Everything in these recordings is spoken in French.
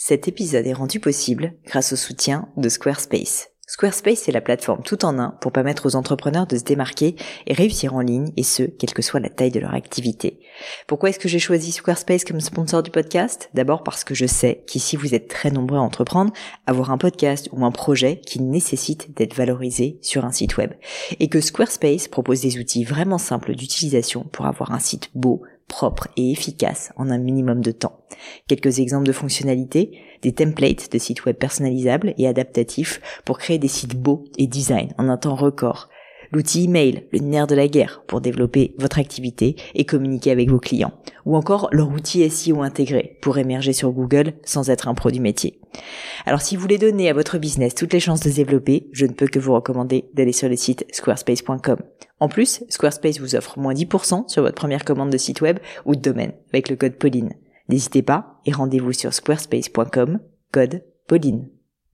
Cet épisode est rendu possible grâce au soutien de Squarespace. Squarespace est la plateforme tout en un pour permettre aux entrepreneurs de se démarquer et réussir en ligne, et ce, quelle que soit la taille de leur activité. Pourquoi est-ce que j'ai choisi Squarespace comme sponsor du podcast ? D'abord parce que je sais qu'ici vous êtes très nombreux à entreprendre, avoir un podcast ou un projet qui nécessite d'être valorisé sur un site web. Et que Squarespace propose des outils vraiment simples d'utilisation pour avoir un site beau, propre et efficace en un minimum de temps. Quelques exemples de fonctionnalités, des templates de sites web personnalisables et adaptatifs pour créer des sites beaux et design en un temps record. L'outil email, le nerf de la guerre pour développer votre activité et communiquer avec vos clients. Ou encore leur outil SEO intégré pour émerger sur Google sans être un pro du métier. Alors si vous voulez donner à votre business toutes les chances de se développer, je ne peux que vous recommander d'aller sur le site squarespace.com. En plus, Squarespace vous offre moins 10% sur votre première commande de site web ou de domaine avec le code Pauline. N'hésitez pas et rendez-vous sur squarespace.com, code Pauline.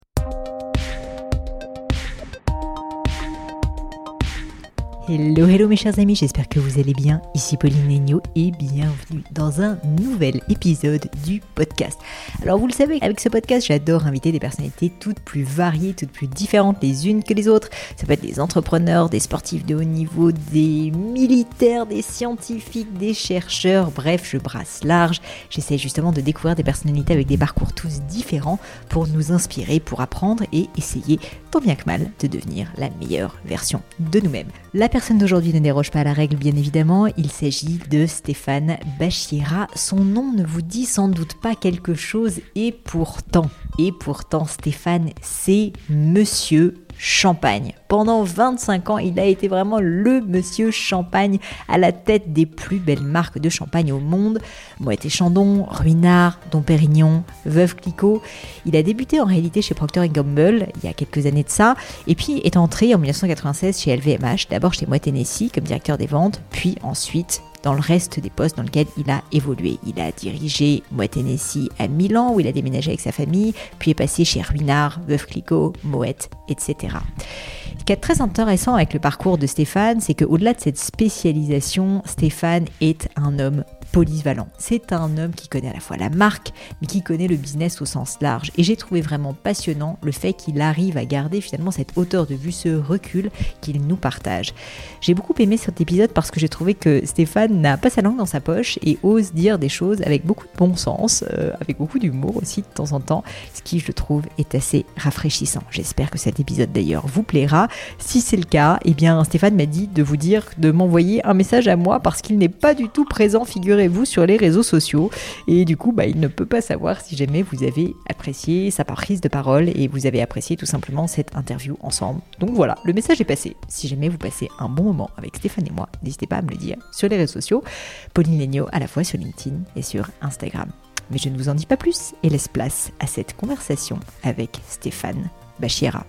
Hello mes chers amis, j'espère que vous allez bien. Ici Pauline Legnaud et bienvenue dans un nouvel épisode du podcast. Alors vous le savez, avec ce podcast, j'adore inviter des personnalités toutes plus variées, toutes plus différentes les unes que les autres. Ça peut être des entrepreneurs, des sportifs de haut niveau, des militaires, des scientifiques, des chercheurs, bref, je brasse large. J'essaie justement de découvrir des personnalités avec des parcours tous différents pour nous inspirer, pour apprendre et essayer tant bien que mal de devenir la meilleure version de nous-mêmes. La personne d'aujourd'hui ne déroge pas à la règle, bien évidemment. Il s'agit de Stéphane Bachira. Son nom ne vous dit sans doute pas quelque chose et pourtant Stéphane, c'est Monsieur Champagne. Pendant 25 ans, il a été vraiment le Monsieur Champagne à la tête des plus belles marques de champagne au monde. Moët & Chandon, Ruinart, Dom Pérignon, Veuve Clicquot. Il a débuté en réalité chez Procter & Gamble il y a quelques années de ça, et puis est entré en 1996 chez LVMH, d'abord chez Moët Hennessy comme directeur des ventes, puis ensuite dans le reste des postes dans lesquels il a évolué. Il a dirigé Moët Hennessy à Milan, où il a déménagé avec sa famille, puis est passé chez Ruinart, Veuve Clicquot, Moët, etc. Ce qui est très intéressant avec le parcours de Stéphane, c'est qu'au-delà de cette spécialisation, Stéphane est un homme polyvalent. C'est un homme qui connaît à la fois la marque, mais qui connaît le business au sens large. Et j'ai trouvé vraiment passionnant le fait qu'il arrive à garder finalement cette hauteur de vue, ce recul qu'il nous partage. J'ai beaucoup aimé cet épisode parce que j'ai trouvé que Stéphane n'a pas sa langue dans sa poche et ose dire des choses avec beaucoup de bon sens, avec beaucoup d'humour aussi de temps en temps, ce qui, je trouve, est assez rafraîchissant. J'espère que cet épisode d'ailleurs vous plaira. Si c'est le cas, eh bien Stéphane m'a dit de vous dire de m'envoyer un message à moi parce qu'il n'est pas du tout présent, figurez-vous, sur les réseaux sociaux, et du coup il ne peut pas savoir si jamais vous avez apprécié sa prise de parole et vous avez apprécié tout simplement cette interview ensemble. Donc voilà, le message est passé. Si jamais vous passez un bon moment avec Stéphane et moi, n'hésitez pas à me le dire sur les réseaux sociaux, Pauline Legnaud à la fois sur LinkedIn et sur Instagram. Mais je ne vous en dis pas plus et laisse place à cette conversation avec Stéphane Bachira.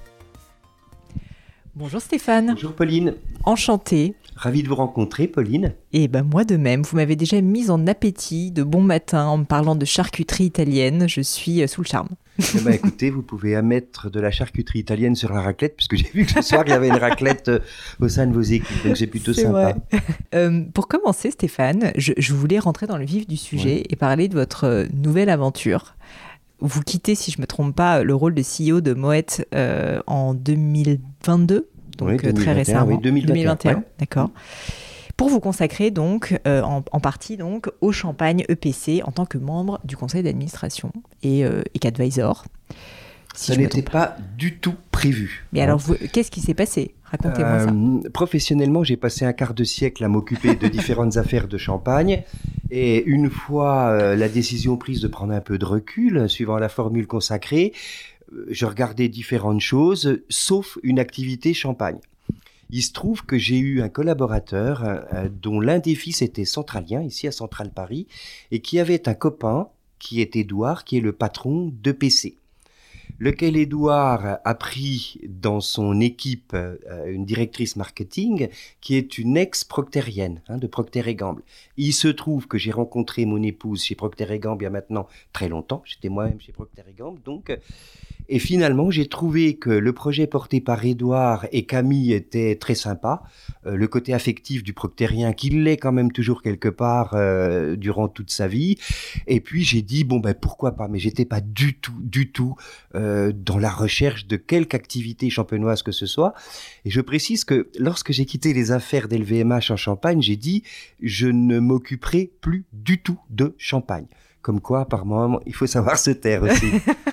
Bonjour Stéphane. Bonjour Pauline. Enchanté. Ravi de vous rencontrer Pauline. Et moi de même, vous m'avez déjà mise en appétit de bon matin en me parlant de charcuterie italienne, je suis sous le charme. Écoutez, vous pouvez mettre de la charcuterie italienne sur la raclette, puisque j'ai vu que ce soir il y avait une raclette au sein de vos équipes, donc c'est plutôt sympa. Pour commencer Stéphane, je voulais rentrer dans le vif du sujet et parler de votre nouvelle aventure. Vous quittez, si je ne me trompe pas, le rôle de CEO de Moët en 2022, donc oui, 2021, très récemment. Oui, 2021, ouais. D'accord. Pour vous consacrer donc, en partie donc, au Champagne EPC en tant que membre du conseil d'administration et qu'advisor. Ça n'était pas du tout prévu. Mais alors, qu'est-ce qui s'est passé ? Racontez-moi ça. Professionnellement, j'ai passé un quart de siècle à m'occuper de différentes affaires de champagne. Et une fois la décision prise de prendre un peu de recul, suivant la formule consacrée, je regardais différentes choses, sauf une activité champagne. Il se trouve que j'ai eu un collaborateur dont l'un des fils était centralien, ici à Centrale Paris, et qui avait un copain qui est Édouard, qui est le patron d'EPC. Lequel Édouard a pris dans son équipe une directrice marketing qui est une ex-proctérienne de Procter & Gamble. Il se trouve que j'ai rencontré mon épouse chez Procter & Gamble il y a maintenant très longtemps. J'étais moi-même chez Procter & Gamble, donc. Et finalement, j'ai trouvé que le projet porté par Édouard et Camille était très sympa. Le côté affectif du proctérien, qu'il l'est quand même toujours quelque part durant toute sa vie. Et puis j'ai dit, bon ben pourquoi pas, mais j'étais pas du tout dans la recherche de quelque activité champenoise que ce soit. Et je précise que lorsque j'ai quitté les affaires d'LVMH en Champagne, j'ai dit, je ne m'occuperai plus du tout de Champagne. Comme quoi, par moment, il faut savoir se taire aussi.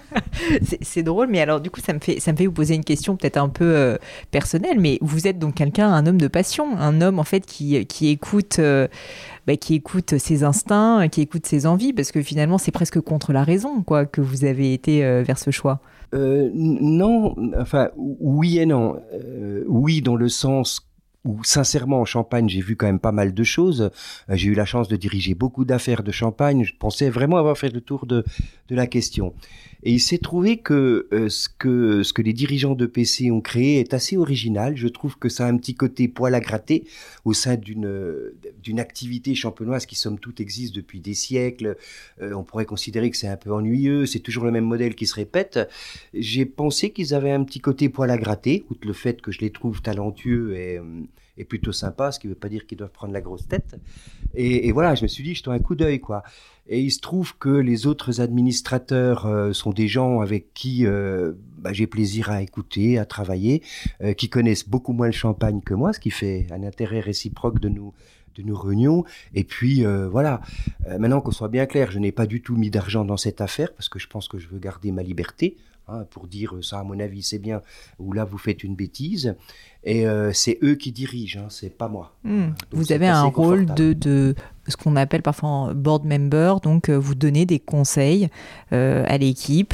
C'est drôle, mais alors du coup, ça me fait vous poser une question peut-être un peu personnelle, mais vous êtes donc un homme de passion, un homme en fait qui écoute, qui écoute ses instincts, qui écoute ses envies, parce que finalement, c'est presque contre la raison, quoi, que vous avez été vers ce choix. Non, enfin, oui et non. Oui, dans le sens où, sincèrement, en Champagne, j'ai vu quand même pas mal de choses. J'ai eu la chance de diriger beaucoup d'affaires de Champagne. Je pensais vraiment avoir fait le tour de la question. Et il s'est trouvé que ce que les dirigeants de PC ont créé est assez original. Je trouve que ça a un petit côté poil à gratter au sein d'une activité champenoise qui, somme toute, existe depuis des siècles. On pourrait considérer que c'est un peu ennuyeux. C'est toujours le même modèle qui se répète. J'ai pensé qu'ils avaient un petit côté poil à gratter, outre le fait que je les trouve talentueux et plutôt sympas, ce qui ne veut pas dire qu'ils doivent prendre la grosse tête. Et voilà, je me suis dit, jetons un coup d'œil, quoi. Et il se trouve que les autres administrateurs sont des gens avec qui j'ai plaisir à écouter, à travailler, qui connaissent beaucoup moins le Champagne que moi, ce qui fait un intérêt réciproque de nos réunions. Et puis voilà, maintenant qu'on soit bien clair, je n'ai pas du tout mis d'argent dans cette affaire parce que je pense que je veux garder ma liberté. Pour dire ça, à mon avis, c'est bien, ou là, vous faites une bêtise. Et c'est eux qui dirigent, c'est pas moi. Vous avez un rôle de ce qu'on appelle parfois board member, donc vous donnez des conseils à l'équipe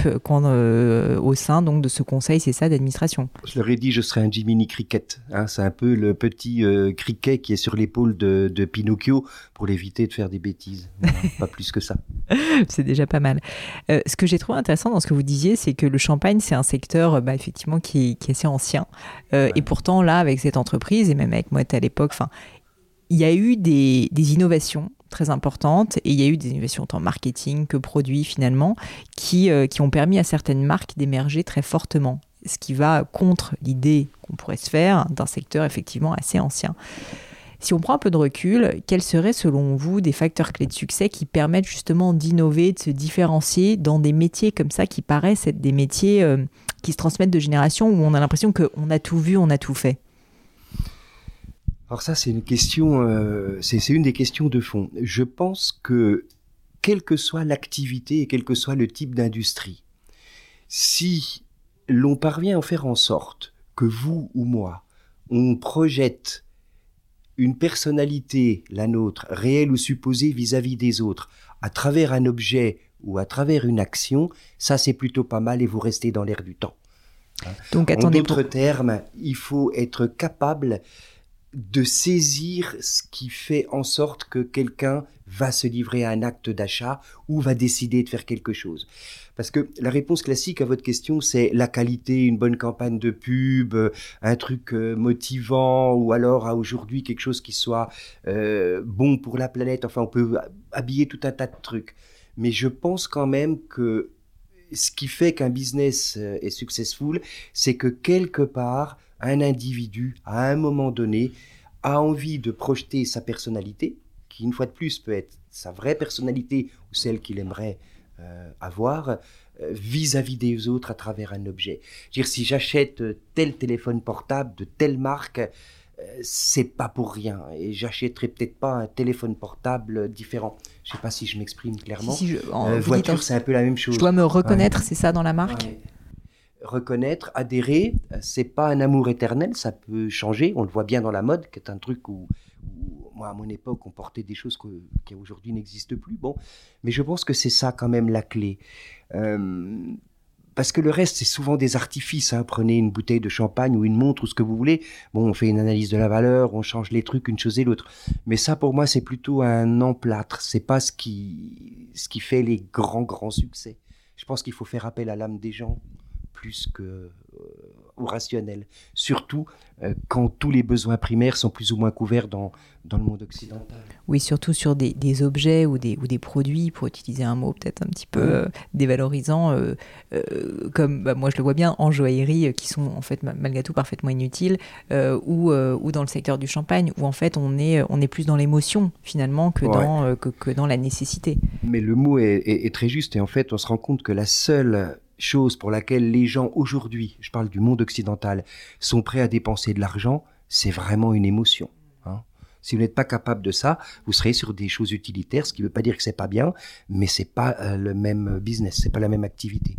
au sein donc, de ce conseil, c'est ça, d'administration. Je leur ai dit, je serai un Jiminy Cricket. C'est un peu le petit criquet qui est sur l'épaule de Pinocchio pour l'éviter de faire des bêtises. Voilà, pas plus que ça. C'est déjà pas mal. Ce que j'ai trouvé intéressant dans ce que vous disiez, c'est que le Champagne, c'est un secteur effectivement qui est assez ancien. Ouais. Et pourtant, là, avec cette entreprise, et même avec Moët à l'époque, il y a eu des innovations très importantes et il y a eu des innovations tant marketing que produits finalement qui ont permis à certaines marques d'émerger très fortement, ce qui va contre l'idée qu'on pourrait se faire d'un secteur effectivement assez ancien. Si on prend un peu de recul, quels seraient selon vous des facteurs clés de succès qui permettent justement d'innover, de se différencier dans des métiers comme ça qui paraissent être des métiers qui se transmettent de génération où on a l'impression qu'on a tout vu, on a tout fait? Alors ça, c'est une question, c'est une des questions de fond. Je pense que quelle que soit l'activité et quel que soit le type d'industrie, si l'on parvient à faire en sorte que vous ou moi, on projette une personnalité, la nôtre, réelle ou supposée vis-à-vis des autres, à travers un objet ou à travers une action, ça c'est plutôt pas mal et vous restez dans l'air du temps. Donc, en d'autres termes, il faut être capable de saisir ce qui fait en sorte que quelqu'un va se livrer à un acte d'achat ou va décider de faire quelque chose. Parce que la réponse classique à votre question, c'est la qualité, une bonne campagne de pub, un truc motivant, ou alors à aujourd'hui quelque chose qui soit bon pour la planète. Enfin, on peut habiller tout un tas de trucs. Mais je pense quand même que ce qui fait qu'un business est successful, c'est que quelque part, un individu, à un moment donné, a envie de projeter sa personnalité, qui une fois de plus peut être sa vraie personnalité ou celle qu'il aimerait avoir vis-à-vis des autres à travers un objet. Je veux dire, si j'achète tel téléphone portable de telle marque, c'est pas pour rien. Et j'achèterai peut-être pas un téléphone portable différent. Je sais pas si je m'exprime clairement. Voiture, c'est un peu la même chose. Je dois me reconnaître, c'est ça, dans la marque ? Reconnaître, adhérer, c'est pas un amour éternel, ça peut changer. On le voit bien dans la mode, qui est un truc où moi, à mon époque, on portait des choses qui aujourd'hui n'existent plus. Bon, mais je pense que c'est ça quand même la clé. Parce que le reste, c'est souvent des artifices. Prenez une bouteille de champagne ou une montre ou ce que vous voulez. Bon, on fait une analyse de la valeur, on change les trucs, une chose et l'autre. Mais ça, pour moi, c'est plutôt un emplâtre. C'est pas ce qui fait les grands succès. Je pense qu'il faut faire appel à l'âme des gens plus qu'au beaucoup rationnel. Surtout quand tous les besoins primaires sont plus ou moins couverts dans le monde occidental. Oui, surtout sur des objets ou des produits, pour utiliser un mot peut-être un petit peu dévalorisant, comme moi je le vois bien en joaillerie, qui sont en fait malgré tout parfaitement inutiles, ou dans le secteur du champagne, où en fait on est plus dans l'émotion finalement que dans la nécessité. Mais le mot est très juste, et en fait on se rend compte que la seule chose pour laquelle les gens aujourd'hui, je parle du monde occidental, sont prêts à dépenser de l'argent, c'est vraiment une émotion. Si vous n'êtes pas capable de ça, vous serez sur des choses utilitaires, ce qui ne veut pas dire que c'est pas bien, mais c'est pas le même business, c'est pas la même activité.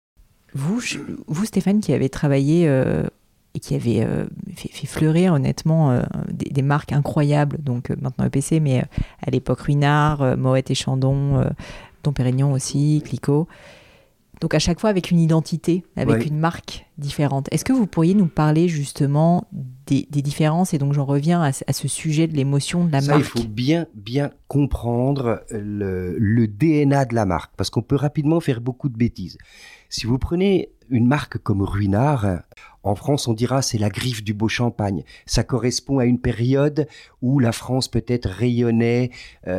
Vous Stéphane, qui avez travaillé et qui avez fait fleurir honnêtement des marques incroyables, donc maintenant EPC, mais à l'époque Ruinart, Moët et Chandon, Dom Pérignon aussi, Clicquot. Donc à chaque fois avec une identité, avec une marque différente. Est-ce que vous pourriez nous parler justement des différences? Et donc j'en reviens à ce sujet de l'émotion de la marque. Il faut bien comprendre le DNA de la marque, parce qu'on peut rapidement faire beaucoup de bêtises. Si vous prenez une marque comme Ruinart, en France on dira c'est la griffe du beau champagne. Ça correspond à une période où la France peut-être rayonnait,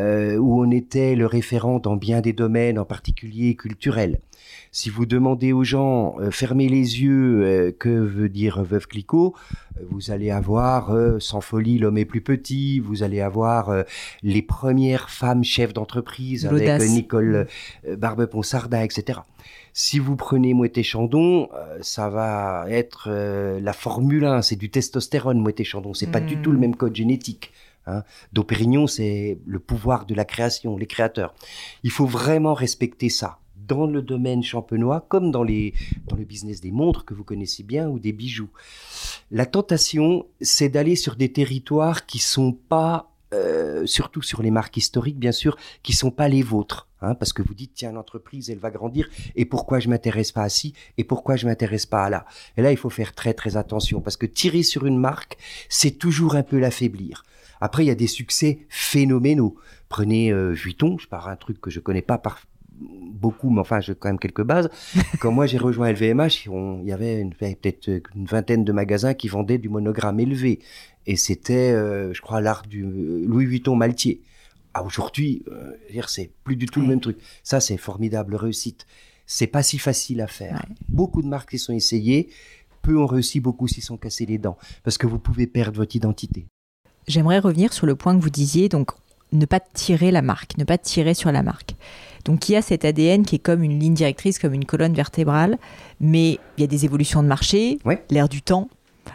où on était le référent dans bien des domaines, en particulier culturels. Si vous demandez aux gens, fermez les yeux, que veut dire Veuve Clicquot, vous allez avoir Sans folie, l'homme est plus petit, vous allez avoir les premières femmes chefs d'entreprise avec Nicole Barbe-Ponsardin, etc. Si vous prenez Moët et Chandon, ça va être la Formule 1, c'est du testostérone Moët et Chandon, c'est pas du tout le même code génétique. Dom Pérignon, c'est le pouvoir de la création, les créateurs. Il faut vraiment respecter ça. Dans le domaine champenois, comme dans le business des montres que vous connaissez bien ou des bijoux. La tentation, c'est d'aller sur des territoires qui sont pas, surtout sur les marques historiques bien sûr, qui sont pas les vôtres. Parce que vous dites, tiens, l'entreprise, elle va grandir, et pourquoi je m'intéresse pas à ci, et pourquoi je m'intéresse pas à là. Et là, il faut faire très très attention, parce que tirer sur une marque, c'est toujours un peu l'affaiblir. Après, il y a des succès phénoménaux. Prenez Vuitton, je parle un truc que je connais pas beaucoup, mais enfin, j'ai quand même quelques bases. Quand moi j'ai rejoint LVMH, il y avait peut-être une vingtaine de magasins qui vendaient du monogramme élevé. Et c'était, je crois, l'art du Louis Vuitton Maltier. Aujourd'hui, c'est plus du tout le même truc. Ça, c'est formidable réussite. C'est pas si facile à faire. Beaucoup de marques qui sont essayées, peu ont réussi, beaucoup s'y sont cassés les dents. Parce que vous pouvez perdre votre identité. J'aimerais revenir sur le point que vous disiez, donc ne pas tirer la marque, ne pas tirer sur la marque. Donc il y a cet ADN qui est comme une ligne directrice, comme une colonne vertébrale, mais il y a des évolutions de marché, l'air du temps.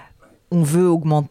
On veut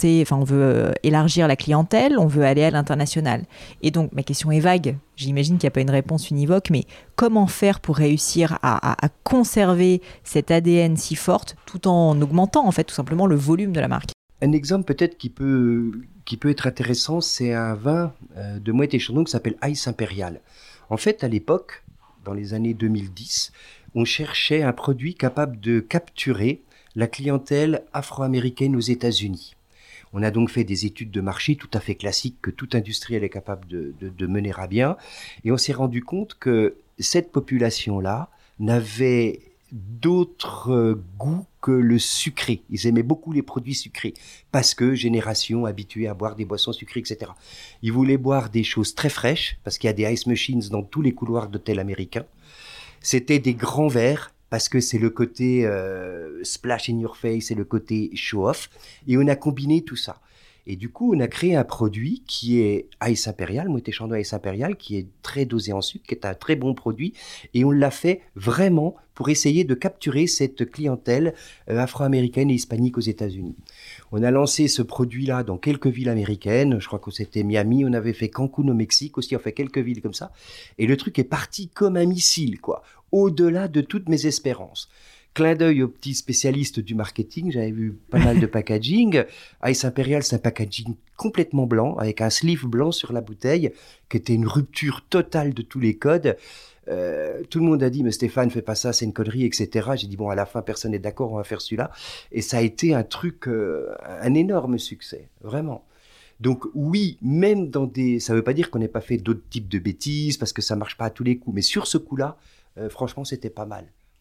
élargir la clientèle, on veut aller à l'international. Et donc ma question est vague, j'imagine qu'il n'y a pas une réponse univoque, mais comment faire pour réussir à conserver cet ADN si forte tout en augmentant en fait tout simplement le volume de la marque? Un exemple peut-être qui peut être intéressant, c'est un vin de Moët et Chandon qui s'appelle Ice Impérial. En fait, à l'époque, dans les années 2010, on cherchait un produit capable de capturer la clientèle afro-américaine aux États-Unis. On a donc fait des études de marché tout à fait classiques que tout industriel est capable de mener à bien. Et on s'est rendu compte que cette population-là n'avait d'autres goûts que le sucré. Ils aimaient beaucoup les produits sucrés parce que génération habituée à boire des boissons sucrées, etc. Ils voulaient boire des choses très fraîches parce qu'il y a des ice machines dans tous les couloirs d'hôtels américains. C'était des grands verres parce que c'est le côté splash in your face, c'est le côté show-off. Et on a combiné tout ça. Et du coup, on a créé un produit qui est Ice Impérial, Moët et Chandon Ice Impérial, qui est très dosé en sucre, qui est un très bon produit. Et on l'a fait vraiment pour essayer de capturer cette clientèle afro-américaine et hispanique aux États-Unis. On a lancé ce produit-là dans quelques villes américaines. Je crois que c'était Miami, on avait fait Cancun au Mexique aussi, on fait quelques villes comme ça. Et le truc est parti comme un missile, quoi, au-delà de toutes mes espérances. Clin d'œil aux petits spécialistes du marketing, j'avais vu pas mal de packaging. Ice Imperial, c'est un packaging complètement blanc, avec un sleeve blanc sur la bouteille, qui était une rupture totale de tous les codes. Tout le monde a dit, mais Stéphane, fais pas ça, c'est une connerie, etc. J'ai dit, bon, à la fin, personne n'est d'accord, on va faire celui-là. Et ça a été un truc, un énorme succès, vraiment. Donc oui, même ça veut pas dire qu'on n'ait pas fait d'autres types de bêtises, parce que ça marche pas à tous les coups. Mais sur ce coup-là, franchement, c'était pas mal.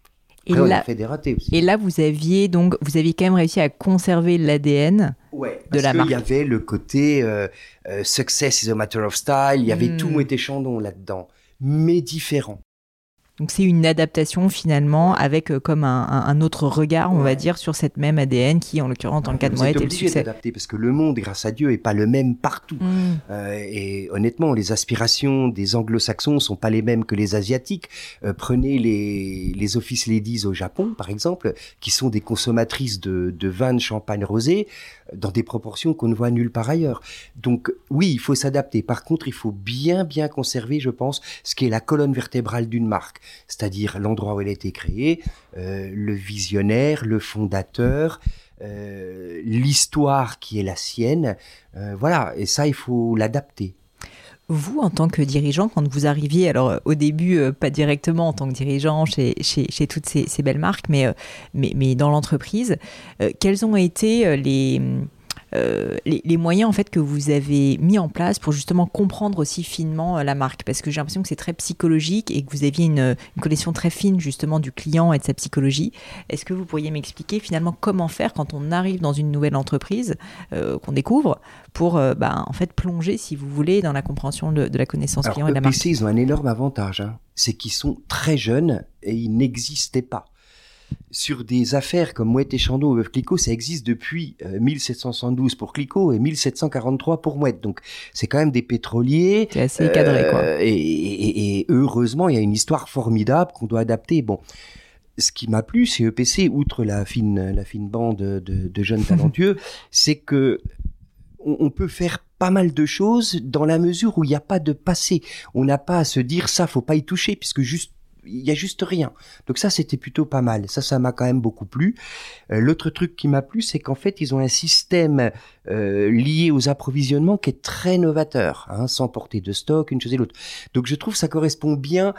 Après, on a fait des ratés aussi. Et là, vous aviez quand même réussi à conserver l'ADN de la marque. Parce qu'il y avait le côté success is a matter of style, il y avait tout Moët & Chandon là-dedans, mais différent. Donc c'est une adaptation finalement avec comme un autre regard, on va dire, sur cette même ADN qui, en l'occurrence, dans le cas de Moët, est le succès. Vous êtes obligé d'adapter parce que le monde, grâce à Dieu, n'est pas le même partout. Et honnêtement, les aspirations des anglo-saxons ne sont pas les mêmes que les asiatiques. Prenez les office ladies au Japon, par exemple, qui sont des consommatrices de vin de champagne rosé dans des proportions qu'on ne voit nulle part ailleurs. Donc oui, il faut s'adapter. Par contre, il faut bien conserver, je pense, ce qui est la colonne vertébrale d'une marque. C'est-à-dire l'endroit où elle a été créée, le visionnaire, le fondateur, l'histoire qui est la sienne. Voilà, et ça, il faut l'adapter. Vous, en tant que dirigeant, quand vous arriviez, alors au début, pas directement en tant que dirigeant chez toutes ces belles marques, mais dans l'entreprise, quels ont été les moyens en fait que vous avez mis en place pour justement comprendre aussi finement la marque, parce que j'ai l'impression que c'est très psychologique et que vous aviez une connaissance très fine justement du client et de sa psychologie. Est-ce que vous pourriez m'expliquer finalement comment faire quand on arrive dans une nouvelle entreprise qu'on découvre pour en fait plonger, si vous voulez, dans la compréhension de la connaissance client et de la marque? EPC, ils ont un énorme avantage, c'est qu'ils sont très jeunes et ils n'existaient pas. Sur des affaires comme Moët & Chandon ou Veuve Clicquot, ça existe depuis 1772 pour Clicquot et 1743 pour Moët. Donc, c'est quand même des pétroliers. C'est assez cadré, quoi. Et heureusement, il y a une histoire formidable qu'on doit adapter. Bon, ce qui m'a plu, c'est EPC, outre la fine bande de jeunes talentueux, c'est que on peut faire pas mal de choses dans la mesure où il n'y a pas de passé. On n'a pas à se dire ça, faut pas y toucher, puisque il y a juste rien. Donc ça, c'était plutôt pas mal. Ça m'a quand même beaucoup plu. L'autre truc qui m'a plu, c'est qu'en fait, ils ont un système lié aux approvisionnements qui est très novateur, sans porter de stock, une chose et l'autre. Donc je trouve que ça correspond bien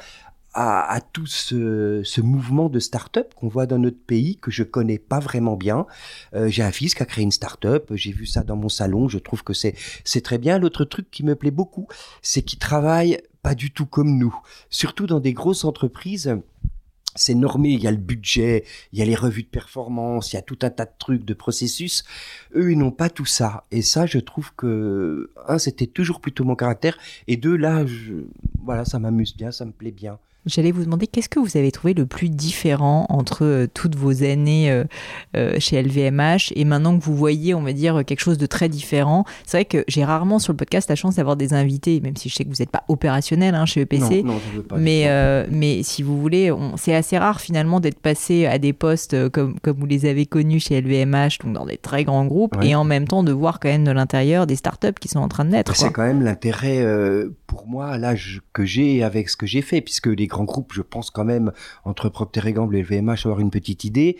à tout ce mouvement de start-up qu'on voit dans notre pays, que je connais pas vraiment bien. J'ai un fils qui a créé une start-up, j'ai vu ça dans mon salon, je trouve que c'est très bien. L'autre truc qui me plaît beaucoup, c'est qu'ils travaillent pas du tout comme nous. Surtout dans des grosses entreprises, c'est normé, il y a le budget, il y a les revues de performance, il y a tout un tas de trucs, de processus. Eux, ils n'ont pas tout ça. Et ça, je trouve que, c'était toujours plutôt mon caractère. Et deux, là, voilà, ça m'amuse bien, ça me plaît bien. J'allais vous demander, qu'est-ce que vous avez trouvé le plus différent entre toutes vos années chez LVMH et maintenant que vous voyez, on va dire, quelque chose de très différent? C'est vrai que j'ai rarement sur le podcast la chance d'avoir des invités, même si je sais que vous n'êtes pas opérationnel chez EPC. Non, je veux pas. Mais si vous voulez, c'est assez rare finalement d'être passé à des postes comme vous les avez connus chez LVMH, donc dans des très grands groupes, ouais. Et en même temps de voir quand même de l'intérieur des startups qui sont en train de naître. C'est quand même l'intérêt pour moi à l'âge que j'ai avec ce que j'ai fait, puisque les grands groupes, je pense quand même, entre Procter & Gamble et LVMH, avoir une petite idée.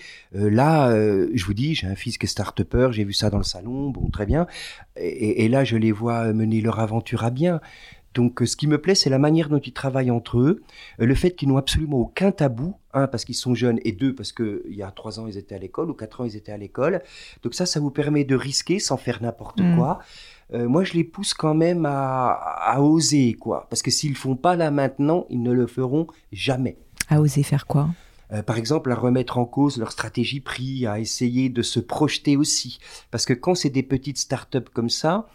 Je vous dis, j'ai un fils qui est start-upper, j'ai vu ça dans le salon, bon, très bien. Et là, je les vois mener leur aventure à bien. Donc, ce qui me plaît, c'est la manière dont ils travaillent entre eux, le fait qu'ils n'ont absolument aucun tabou, parce qu'ils sont jeunes, et deux, parce qu'il y a 3 ans, ils étaient à l'école, ou 4 ans, ils étaient à l'école. Donc ça vous permet de risquer sans faire n'importe quoi. Moi, je les pousse quand même à oser, quoi. Parce que s'ils le font pas là maintenant, ils ne le feront jamais. À oser faire quoi ? Par exemple, à remettre en cause leur stratégie prix, à essayer de se projeter aussi. Parce que quand c'est des petites startups comme ça,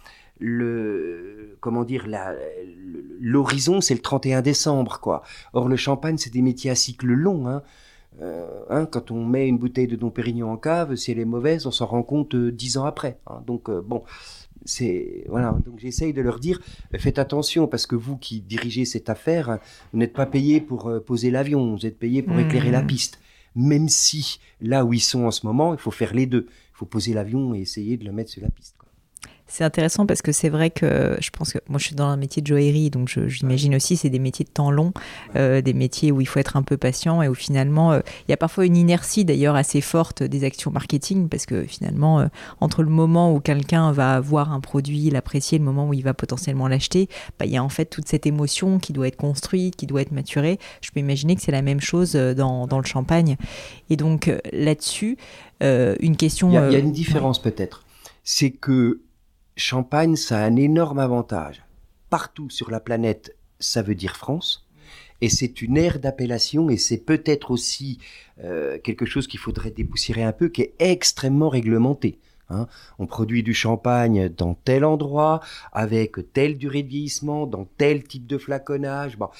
l'horizon, c'est le 31 décembre, quoi. Or, le champagne, c'est des métiers à cycle long, quand on met une bouteille de Dom Pérignon en cave, si elle est mauvaise, on s'en rend compte 10 ans après. Donc, bon... Donc j'essaye de leur dire, faites attention parce que vous qui dirigez cette affaire, vous n'êtes pas payé pour poser l'avion, vous êtes payé pour éclairer la piste. Même si là où ils sont en ce moment, il faut faire les deux. Il faut poser l'avion et essayer de le mettre sur la piste. C'est intéressant parce que c'est vrai que je pense que moi je suis dans un métier de joaillerie, donc j'imagine aussi c'est des métiers de temps long, des métiers où il faut être un peu patient et où finalement il y a parfois une inertie d'ailleurs assez forte des actions marketing parce que finalement entre le moment où quelqu'un va voir un produit, l'apprécier, le moment où il va potentiellement l'acheter, il y a en fait toute cette émotion qui doit être construite, qui doit être maturée. Je peux imaginer que c'est la même chose dans le champagne. Et donc là-dessus, une question... Il y a une différence peut-être, c'est que Champagne, ça a un énorme avantage. Partout sur la planète, ça veut dire France. Et c'est une aire d'appellation et c'est peut-être aussi quelque chose qu'il faudrait dépoussiérer un peu, qui est extrêmement réglementé. Hein. On produit du champagne dans tel endroit, avec telle durée de vieillissement, dans tel type de flaconnage. Bon.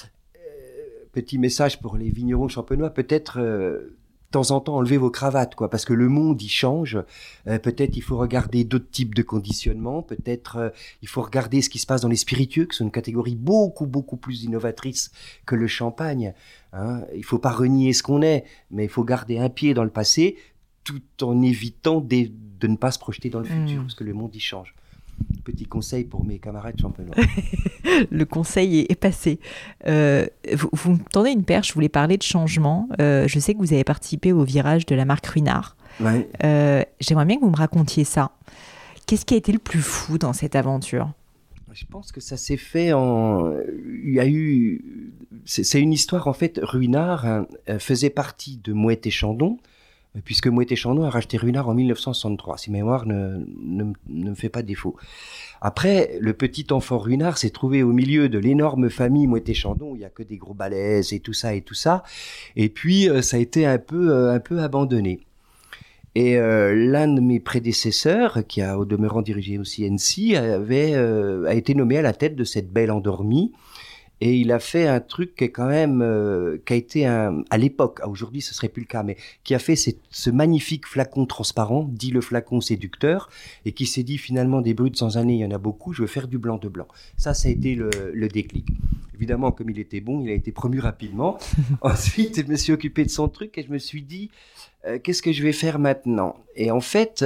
Petit message pour les vignerons champenois, peut-être de temps en temps enlever vos cravates, quoi, parce que le monde il change. Peut-être il faut regarder d'autres types de conditionnement. Peut-être il faut regarder ce qui se passe dans les spiritueux, qui sont une catégorie beaucoup plus innovatrice que le champagne. Hein. Il faut pas renier ce qu'on est, mais il faut garder un pied dans le passé, tout en évitant de ne pas se projeter dans le futur, parce que le monde y change. Petit conseil pour mes camarades champenois. Le conseil est passé. Vous me tendez une perche, je voulais parler de changement. Je sais que vous avez participé au virage de la marque Ruinart. Ouais. J'aimerais bien que vous me racontiez ça. Qu'est-ce qui a été le plus fou dans cette aventure ? Je pense que ça s'est fait il y a eu... C'est une histoire, en fait. Ruinart faisait partie de Moët & Chandon, puisque Moët & Chandon a racheté Ruinart en 1963, si ma mémoire ne me fait pas défaut. Après, le petit enfant Ruinart s'est trouvé au milieu de l'énorme famille Moët & Chandon, où il n'y a que des gros balaises et tout ça. Et puis, ça a été un peu abandonné. Et l'un de mes prédécesseurs, qui a au demeurant dirigé aussi NC, a été nommé à la tête de cette belle endormie. Et il a fait un truc qui est quand même, qui a été à l'époque, aujourd'hui ce serait plus le cas, mais qui a fait ce magnifique flacon transparent, dit le flacon séducteur, et qui s'est dit finalement des brutes sans année, il y en a beaucoup, je veux faire du blanc de blanc. Ça a été le déclic. Évidemment, comme il était bon, il a été promu rapidement. Ensuite, je me suis occupé de son truc et je me suis dit, qu'est-ce que je vais faire maintenant ? Et en fait,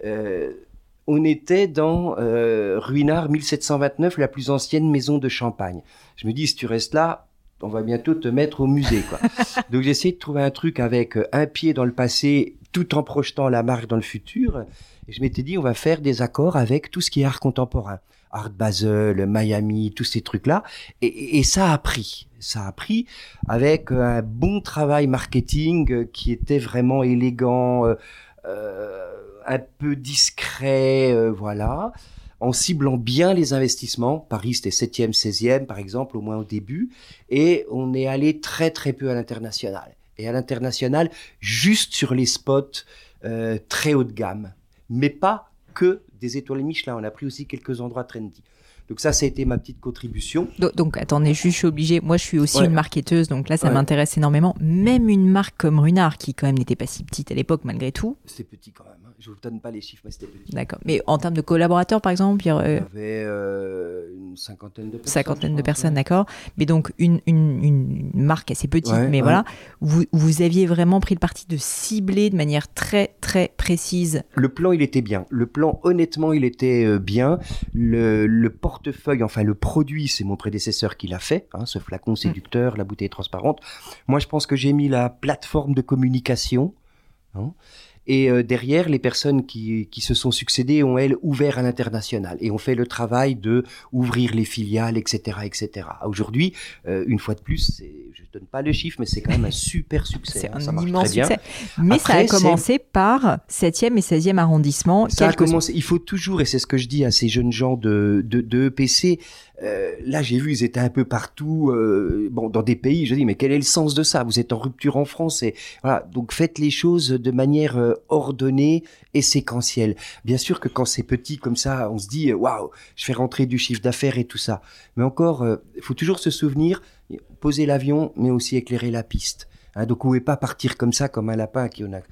on était dans Ruinart 1729, la plus ancienne maison de Champagne. Je me dis, si tu restes là, on va bientôt te mettre au musée, quoi. Donc j'ai essayé de trouver un truc avec un pied dans le passé, tout en projetant la marque dans le futur. Et je m'étais dit, on va faire des accords avec tout ce qui est art contemporain. Art Basel, Miami, tous ces trucs-là. Et ça a pris. Ça a pris avec un bon travail marketing qui était vraiment élégant, un peu discret, voilà, en ciblant bien les investissements. Paris, c'était 7e, 16e, par exemple, au moins au début. Et on est allé très, très peu à l'international. Et à l'international, juste sur les spots très haut de gamme. Mais pas que des étoiles Michelin. On a pris aussi quelques endroits trendy. Donc ça a été ma petite contribution. Donc attendez, je suis obligée. Moi, je suis aussi une marketeuse, donc là, ça m'intéresse énormément. Même une marque comme Ruinart, qui quand même n'était pas si petite à l'époque, malgré tout. C'était petit quand même. Hein. Je ne vous donne pas les chiffres, mais c'était petit. D'accord. Mais en termes de collaborateurs, par exemple, il y avait une cinquantaine de personnes. Cinquantaine de personnes, d'accord. Mais donc une marque assez petite, mais voilà. Vous aviez vraiment pris le parti de cibler de manière très très précise. Le plan, il était bien. Le plan, honnêtement, il était bien. Le portefeuille, enfin le produit, c'est mon prédécesseur qui l'a fait, hein, ce flacon séducteur, la bouteille transparente. Moi, je pense que j'ai mis la plateforme de communication, hein, et derrière, les personnes qui se sont succédées ont, elles, ouvert à l'international et ont fait le travail de ouvrir les filiales, etc., etc. Aujourd'hui, une fois de plus, je ne donne pas le chiffre, mais c'est quand même un super succès. C'est ça un marche immense très bien. succès. Mais après, ça a commencé par 7e et 16e arrondissement. Ça a commencé. Il faut toujours, et c'est ce que je dis à ces jeunes gens de EPC, là, j'ai vu, ils étaient un peu partout, dans des pays. Je dis, mais quel est le sens de ça ? Vous êtes en rupture en France, et voilà. Donc, faites les choses de manière ordonnée et séquentielle. Bien sûr que quand c'est petit comme ça, on se dit, waouh, je fais rentrer du chiffre d'affaires et tout ça. Mais encore, il faut toujours se souvenir, poser l'avion, mais aussi éclairer la piste. Hein, donc, vous ne pouvez pas partir comme ça, comme un lapin qui en a,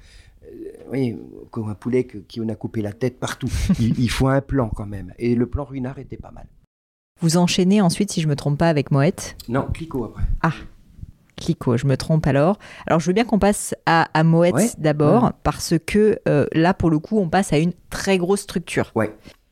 comme un poulet qui en a coupé la tête partout. Il faut un plan quand même. Et le plan Ruinart était pas mal. Vous enchaînez ensuite, si je ne me trompe pas, avec Moët. Non, Clicquot après. Ah, Clicquot, je me trompe alors. Alors, je veux bien qu'on passe à Moët d'abord, parce que là, pour le coup, on passe à une très grosse structure. Ouais.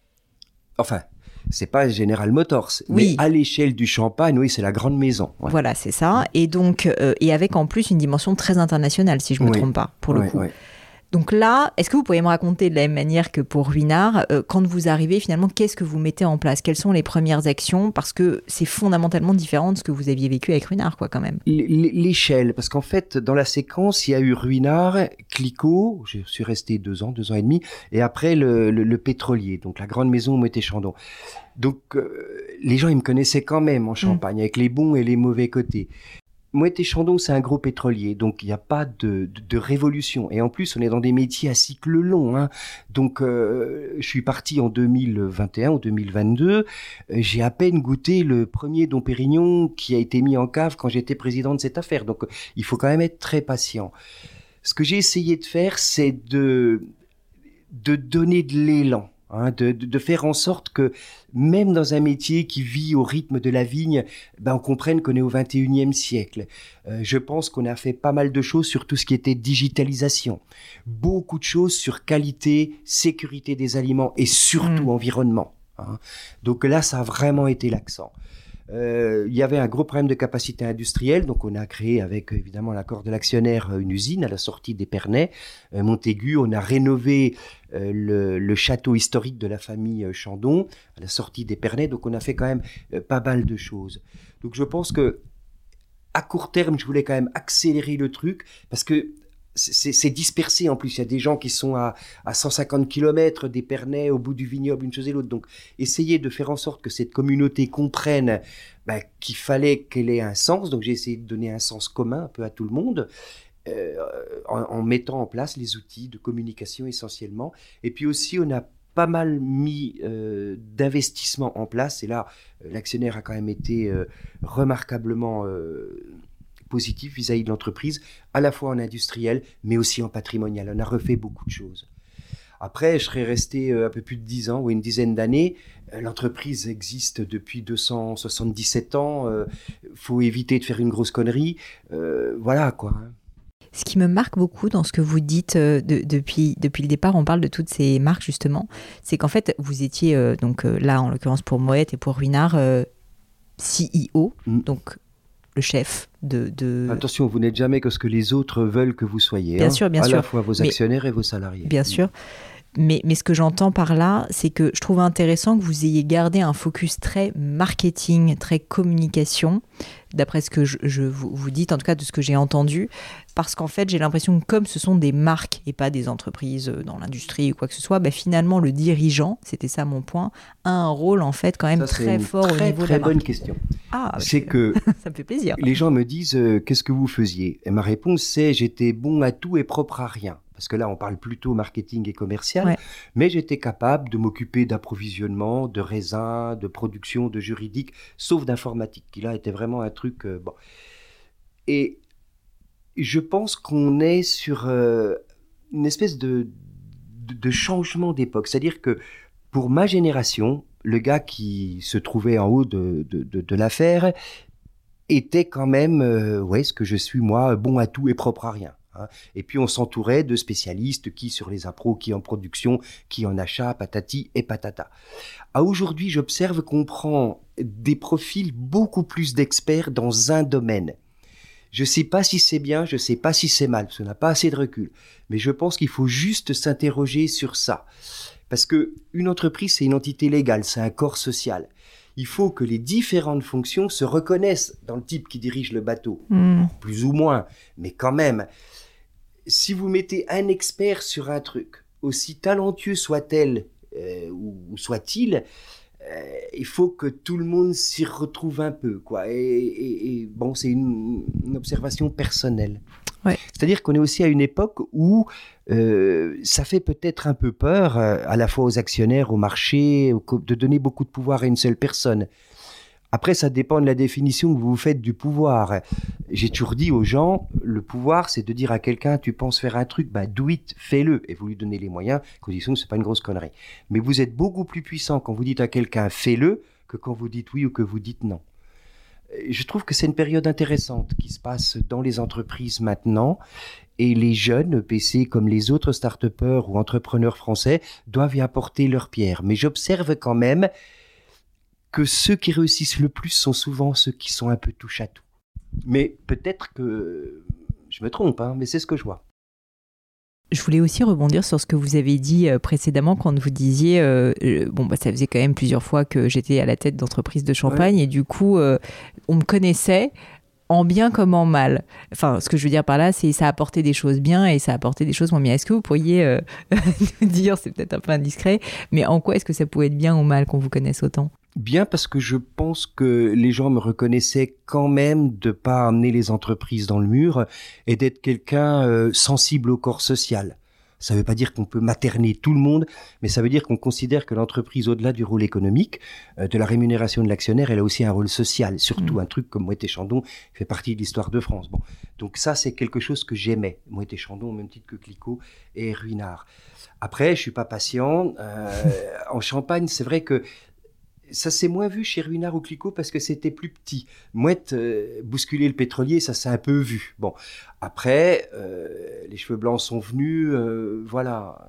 Enfin, c'est pas General Motors, mais à l'échelle du Champagne, oui, c'est la grande maison. Ouais. Voilà, c'est ça. Et donc, et avec en plus une dimension très internationale, si je ne me trompe pas, pour le coup. Ouais. Donc là, est-ce que vous pourriez me raconter de la même manière que pour Ruinart, quand vous arrivez finalement, qu'est-ce que vous mettez en place? Quelles sont les premières actions? Parce que c'est fondamentalement différent de ce que vous aviez vécu avec Ruinart, quoi, quand même. L'échelle, parce qu'en fait, dans la séquence, il y a eu Ruinart, Clicquot, je suis resté 2 ans et demi, et après le pétrolier, donc la grande maison Moët-et-Chandon. Donc les gens, ils me connaissaient quand même en Champagne, avec les bons et les mauvais côtés. Moët-et-Chandon, c'est un gros pétrolier, donc il n'y a pas de révolution. Et en plus, on est dans des métiers à cycle long. Hein. Donc, je suis parti en 2021 ou 2022. J'ai à peine goûté le premier Dom Pérignon qui a été mis en cave quand j'étais président de cette affaire. Donc, il faut quand même être très patient. Ce que j'ai essayé de faire, c'est de donner de l'élan. Hein, de faire en sorte que même dans un métier qui vit au rythme de la vigne, on comprenne qu'on est au 21e siècle. Je pense qu'on a fait pas mal de choses sur tout ce qui était digitalisation. Beaucoup de choses sur qualité, sécurité des aliments et surtout environnement. Hein. Donc là, ça a vraiment été l'accent. Il y avait un gros problème de capacité industrielle, donc on a créé avec évidemment l'accord de l'actionnaire une usine à la sortie d'Épernay, Montaigu. On a rénové le château historique de la famille Chandon à la sortie d'Épernay, donc on a fait quand même pas mal de choses. Donc je pense que à court terme, je voulais quand même accélérer le truc parce que c'est dispersé en plus. Il y a des gens qui sont à 150 km d'Épernay, au bout du vignoble, une chose et l'autre. Donc, essayer de faire en sorte que cette communauté comprenne qu'il fallait qu'elle ait un sens. Donc, j'ai essayé de donner un sens commun un peu à tout le monde en mettant en place les outils de communication essentiellement. Et puis aussi, on a pas mal mis d'investissements en place. Et là, l'actionnaire a quand même été remarquablement positif vis-à-vis de l'entreprise, à la fois en industriel, mais aussi en patrimonial. On a refait beaucoup de choses. Après, je serais resté un peu plus de 10 ans ou une dizaine d'années. L'entreprise existe depuis 277 ans. Faut éviter de faire une grosse connerie. Voilà, quoi. Ce qui me marque beaucoup dans ce que vous dites depuis le départ, on parle de toutes ces marques justement, c'est qu'en fait, vous étiez, là, en l'occurrence pour Moët et pour Ruinart, CEO, donc le chef de... Attention, vous n'êtes jamais que ce que les autres veulent que vous soyez. Bien sûr, bien sûr. À la fois vos actionnaires et vos salariés. Bien sûr. Mais ce que j'entends par là, c'est que je trouve intéressant que vous ayez gardé un focus très marketing, très communication, d'après ce que je vous dites, en tout cas de ce que j'ai entendu, parce qu'en fait, j'ai l'impression que comme ce sont des marques et pas des entreprises dans l'industrie ou quoi que ce soit, finalement, le dirigeant, c'était ça mon point, a un rôle en fait quand même très fort au niveau de la marque. C'est une très bonne question. C'est que ça me fait plaisir. Les gens me disent qu'est-ce que vous faisiez ? Et ma réponse c'est j'étais bon à tout et propre à rien. Parce que là, on parle plutôt marketing et commercial, mais j'étais capable de m'occuper d'approvisionnement, de raisins, de production, de juridique, sauf d'informatique, qui là était vraiment un truc... bon. Et je pense qu'on est sur une espèce de changement d'époque. C'est-à-dire que pour ma génération, le gars qui se trouvait en haut de l'affaire était quand même, ce que je suis moi, bon à tout et propre à rien. Hein. Et puis on s'entourait de spécialistes, qui sur les appros, qui en production, qui en achat, patati et patata. À aujourd'hui, j'observe qu'on prend des profils beaucoup plus d'experts dans un domaine. Je ne sais pas si c'est bien, je ne sais pas si c'est mal, parce qu'on n'a pas assez de recul. Mais je pense qu'il faut juste s'interroger sur ça. Parce qu'une entreprise, c'est une entité légale, c'est un corps social. Il faut que les différentes fonctions se reconnaissent dans le type qui dirige le bateau. Plus ou moins, mais quand même. Si vous mettez un expert sur un truc, aussi talentueux soit-elle ou soit-il, il faut que tout le monde s'y retrouve un peu, quoi. Et bon, c'est une observation personnelle. Ouais. C'est-à-dire qu'on est aussi à une époque où ça fait peut-être un peu peur, à la fois aux actionnaires, au marché, de donner beaucoup de pouvoir à une seule personne. Après, ça dépend de la définition que vous faites du pouvoir. J'ai toujours dit aux gens, le pouvoir, c'est de dire à quelqu'un, tu penses faire un truc, do it, fais-le. Et vous lui donnez les moyens, condition que ce n'est pas une grosse connerie. Mais vous êtes beaucoup plus puissant quand vous dites à quelqu'un, fais-le, que quand vous dites oui ou que vous dites non. Je trouve que c'est une période intéressante qui se passe dans les entreprises maintenant. Et les jeunes PC, comme les autres start-upers ou entrepreneurs français, doivent y apporter leur pierre. Mais j'observe quand même que ceux qui réussissent le plus sont souvent ceux qui sont un peu touche à tout. Mais peut-être que je me trompe, mais c'est ce que je vois. Je voulais aussi rebondir sur ce que vous avez dit précédemment quand vous disiez ça faisait quand même plusieurs fois que j'étais à la tête d'entreprise de champagne et du coup on me connaissait en bien comme en mal. Enfin, ce que je veux dire par là, c'est ça a apporté des choses bien et ça a apporté des choses moins bien. Est-ce que vous pourriez nous dire, c'est peut-être un peu indiscret, mais en quoi est-ce que ça pouvait être bien ou mal qu'on vous connaisse autant ? Bien, parce que je pense que les gens me reconnaissaient quand même de pas amener les entreprises dans le mur et d'être quelqu'un sensible au corps social. Ça ne veut pas dire qu'on peut materner tout le monde, mais ça veut dire qu'on considère que l'entreprise, au-delà du rôle économique, de la rémunération de l'actionnaire, elle a aussi un rôle social. Surtout un truc comme Moët & Chandon fait partie de l'histoire de France. Bon, donc ça, c'est quelque chose que j'aimais. Moët & Chandon, au même titre que Clicquot et Ruinart. Après, je suis pas patient. En Champagne, c'est vrai que ça s'est moins vu chez Ruinart ou Clicquot parce que c'était plus petit. Moët, bousculer le pétrolier, ça s'est un peu vu. Bon, après, les cheveux blancs sont venus, voilà.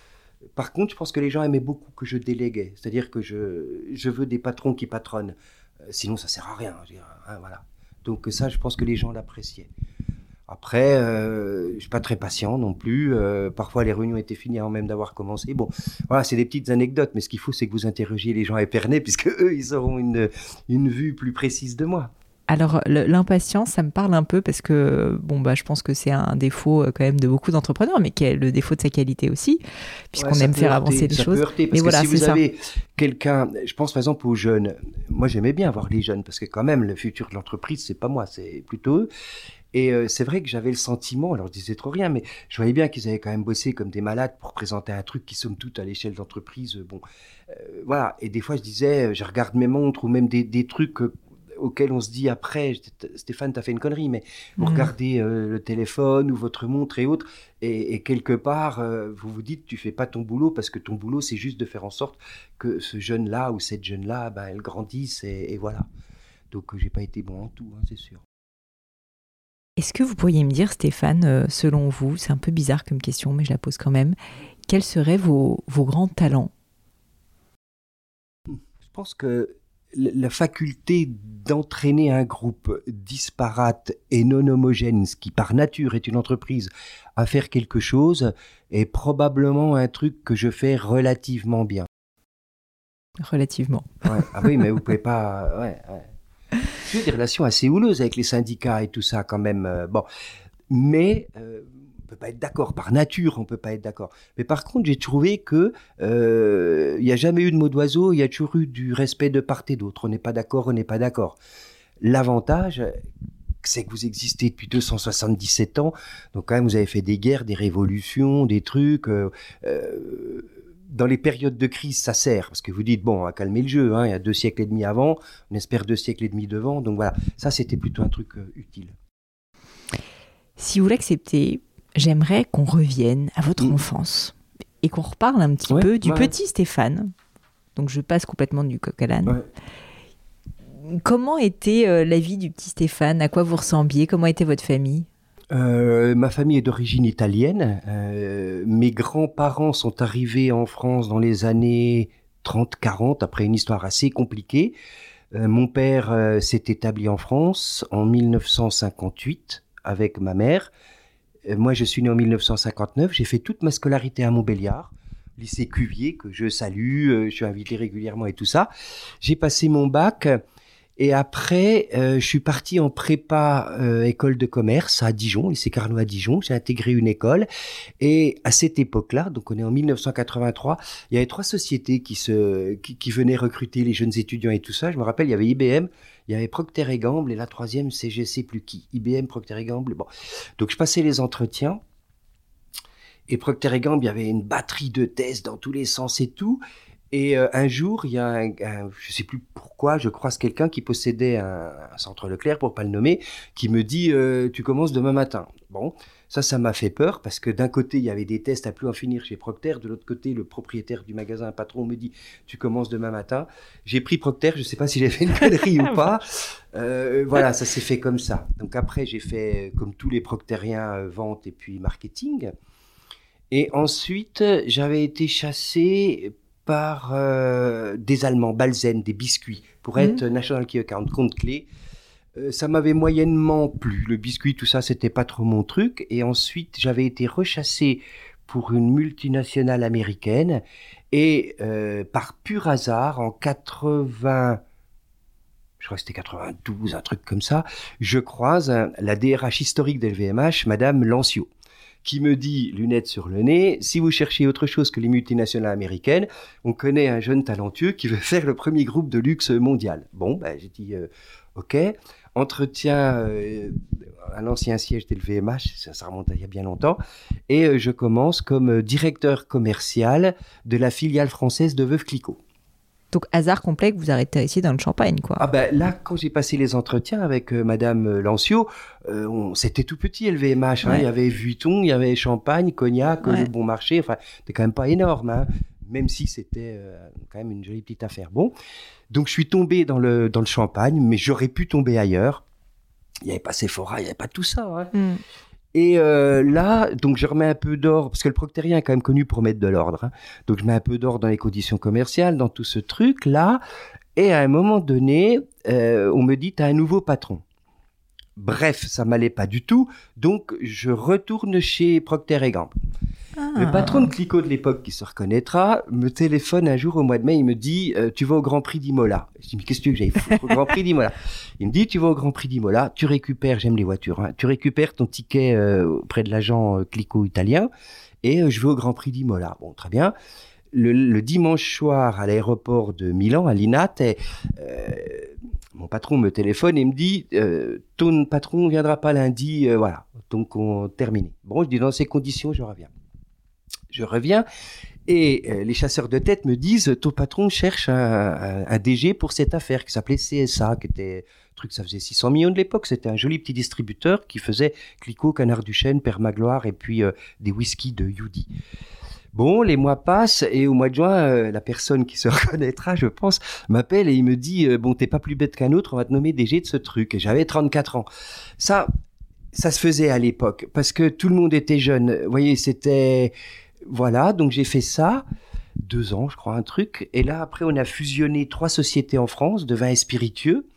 Par contre, je pense que les gens aimaient beaucoup que je déléguais. C'est-à-dire que je veux des patrons qui patronnent. Sinon, ça sert à rien. Voilà. Donc ça, je pense que les gens l'appréciaient. Après, je suis pas très patient non plus. Parfois, les réunions étaient finies avant même d'avoir commencé. Bon, voilà, c'est des petites anecdotes. Mais ce qu'il faut, c'est que vous interrogiez les gens à Épernay, puisque eux, ils auront une vue plus précise de moi. Alors, l'impatience, ça me parle un peu parce que, je pense que c'est un défaut quand même de beaucoup d'entrepreneurs, mais qui est le défaut de sa qualité aussi, puisqu'on aime faire avancer les choses. Ça peut heurter, parce que si vous avez quelqu'un, je pense par exemple aux jeunes, moi j'aimais bien voir les jeunes, parce que quand même, le futur de l'entreprise, c'est pas moi, c'est plutôt eux. Et c'est vrai que j'avais le sentiment, alors je disais trop rien, mais je voyais bien qu'ils avaient quand même bossé comme des malades pour présenter un truc qui somme toute à l'échelle d'entreprise. Voilà. Et des fois je disais, je regarde mes montres ou même des trucs auxquels on se dit après, Stéphane, t'as fait une connerie, mais vous regardez le téléphone ou votre montre et autres, et quelque part, vous vous dites, tu fais pas ton boulot, parce que ton boulot, c'est juste de faire en sorte que ce jeune-là ou cette jeune-là, elle grandisse, et voilà. Donc j'ai pas été bon en tout, c'est sûr. Est-ce que vous pourriez me dire, Stéphane, selon vous, c'est un peu bizarre comme question, mais je la pose quand même, quels seraient vos grands talents ? Je pense que la faculté d'entraîner un groupe disparate et non homogène, ce qui par nature est une entreprise, à faire quelque chose, est probablement un truc que je fais relativement bien. Relativement. Ouais. Ah oui, mais vous pouvez pas... Ouais. J'ai eu des relations assez houleuses avec les syndicats et tout ça quand même. Mais on peut pas être d'accord. Par nature, on peut pas être d'accord. Mais par contre, j'ai trouvé que il y a jamais eu de mot d'oiseau. Il y a toujours eu du respect de part et d'autre. On n'est pas d'accord, on n'est pas d'accord. L'avantage, c'est que vous existez depuis 277 ans. Donc quand même, vous avez fait des guerres, des révolutions, des trucs... dans les périodes de crise, ça sert, parce que vous dites, on va calmer le jeu, il y a 2 siècles et demi avant, on espère 2 siècles et demi devant, donc voilà, ça c'était plutôt un truc utile. Si vous l'acceptez, j'aimerais qu'on revienne à votre enfance, et qu'on reparle un petit peu du petit Stéphane, donc je passe complètement du coq à l'âne. Comment était la vie du petit Stéphane ? À quoi vous ressembliez ? Comment était votre famille ? Ma famille est d'origine italienne. Mes grands-parents sont arrivés en France dans les années 30-40, après une histoire assez compliquée. Mon père s'est établi en France en 1958 avec ma mère. Moi, je suis né en 1959. J'ai fait toute ma scolarité à Montbéliard, lycée Cuvier, que je salue. Je suis invité régulièrement et tout ça. J'ai passé mon bac. Et après, je suis parti en prépa école de commerce à Dijon, lycée Carnot à Dijon. J'ai intégré une école. Et à cette époque-là, donc on est en 1983, il y avait 3 sociétés qui venaient recruter les jeunes étudiants et tout ça. Je me rappelle, il y avait IBM, il y avait Procter & Gamble et la 3e, c'est je sais plus qui. IBM, Procter & Gamble, bon. Donc je passais les entretiens. Et Procter & Gamble, il y avait une batterie de tests dans tous les sens et tout. Et un jour, il y a je sais plus pourquoi, je croise quelqu'un qui possédait un centre Leclerc, pour pas le nommer, qui me dit tu commences demain matin. Bon, ça m'a fait peur parce que d'un côté, il y avait des tests à plus en finir chez Procter, de l'autre côté, le propriétaire du magasin, un patron, me dit tu commences demain matin. J'ai pris Procter, je sais pas si j'ai fait une connerie ou pas. Voilà, ça s'est fait comme ça. Donc après, j'ai fait comme tous les proctériens, vente et puis marketing. Et ensuite, j'avais été chassé par des Allemands, Balzen, des biscuits, pour être National Key Account, compte clé. Ça m'avait moyennement plu. Le biscuit, tout ça, c'était pas trop mon truc. Et ensuite, j'avais été rechassé pour une multinationale américaine. Et par pur hasard, en 80... je crois que c'était 92, un truc comme ça, je croise la DRH historique d'LVMH, Madame Lancio, qui me dit, lunettes sur le nez, si vous cherchez autre chose que les multinationales américaines, on connaît un jeune talentueux qui veut faire le premier groupe de luxe mondial. Bon, j'ai dit, ok. Entretien à l'ancien siège d'LVMH, ça remonte à il y a bien longtemps, et je commence comme directeur commercial de la filiale française de Veuve Clicquot. Donc, hasard complet que vous arrêtez ici dans le Champagne, quoi. Là, quand j'ai passé les entretiens avec Madame Lancio, c'était tout petit, LVMH. Il y avait Vuitton, il y avait Champagne, Cognac, Le Bon Marché. Enfin, c'était quand même pas énorme, hein, même si c'était quand même une jolie petite affaire. Bon, donc je suis tombé dans le Champagne, mais j'aurais pu tomber ailleurs. Il n'y avait pas Sephora, il n'y avait pas tout ça. Hein. Et là, donc je remets un peu d'ordre, parce que le proctérien est quand même connu pour mettre de l'ordre. Hein. Donc je mets un peu d'ordre dans les conditions commerciales, dans tout ce truc-là. Et à un moment donné, on me dit, t'as un nouveau patron. Bref, ça m'allait pas du tout. Donc je retourne chez Procter & Gamble. Le patron de Clicquot de l'époque, qui se reconnaîtra, me téléphone un jour au mois de mai, il me dit tu vas au Grand Prix d'Imola. Je dis mais qu'est-ce que tu veux que j'aille foutre au Grand Prix d'Imola? Il me dit tu vas au Grand Prix d'Imola, tu récupères, j'aime les voitures, hein, tu récupères ton ticket auprès de l'agent Clicquot italien et je vais au Grand Prix d'Imola. Bon, très bien. Le dimanche soir à l'aéroport de Milan, à Linate, mon patron me téléphone et me dit ton patron viendra pas lundi, voilà. Donc on termine. Bon, je dis dans ces conditions, je reviens. Je reviens et les chasseurs de tête me disent ton patron cherche un DG pour cette affaire qui s'appelait CSA, qui était un truc, ça faisait 600 millions de l'époque. C'était un joli petit distributeur qui faisait Clicquot, Canard Duchesne, Père Magloire et puis des whiskies de Yudi. Bon, les mois passent et au mois de juin, la personne qui se reconnaîtra, je pense, m'appelle et il me dit bon, t'es pas plus bête qu'un autre, on va te nommer DG de ce truc. Et j'avais 34 ans. Ça se faisait à l'époque parce que tout le monde était jeune. Vous voyez, c'était... Voilà, donc j'ai fait ça, 2 ans, je crois, un truc. Et là, après, on a fusionné 3 sociétés en France de vins et spiritueux.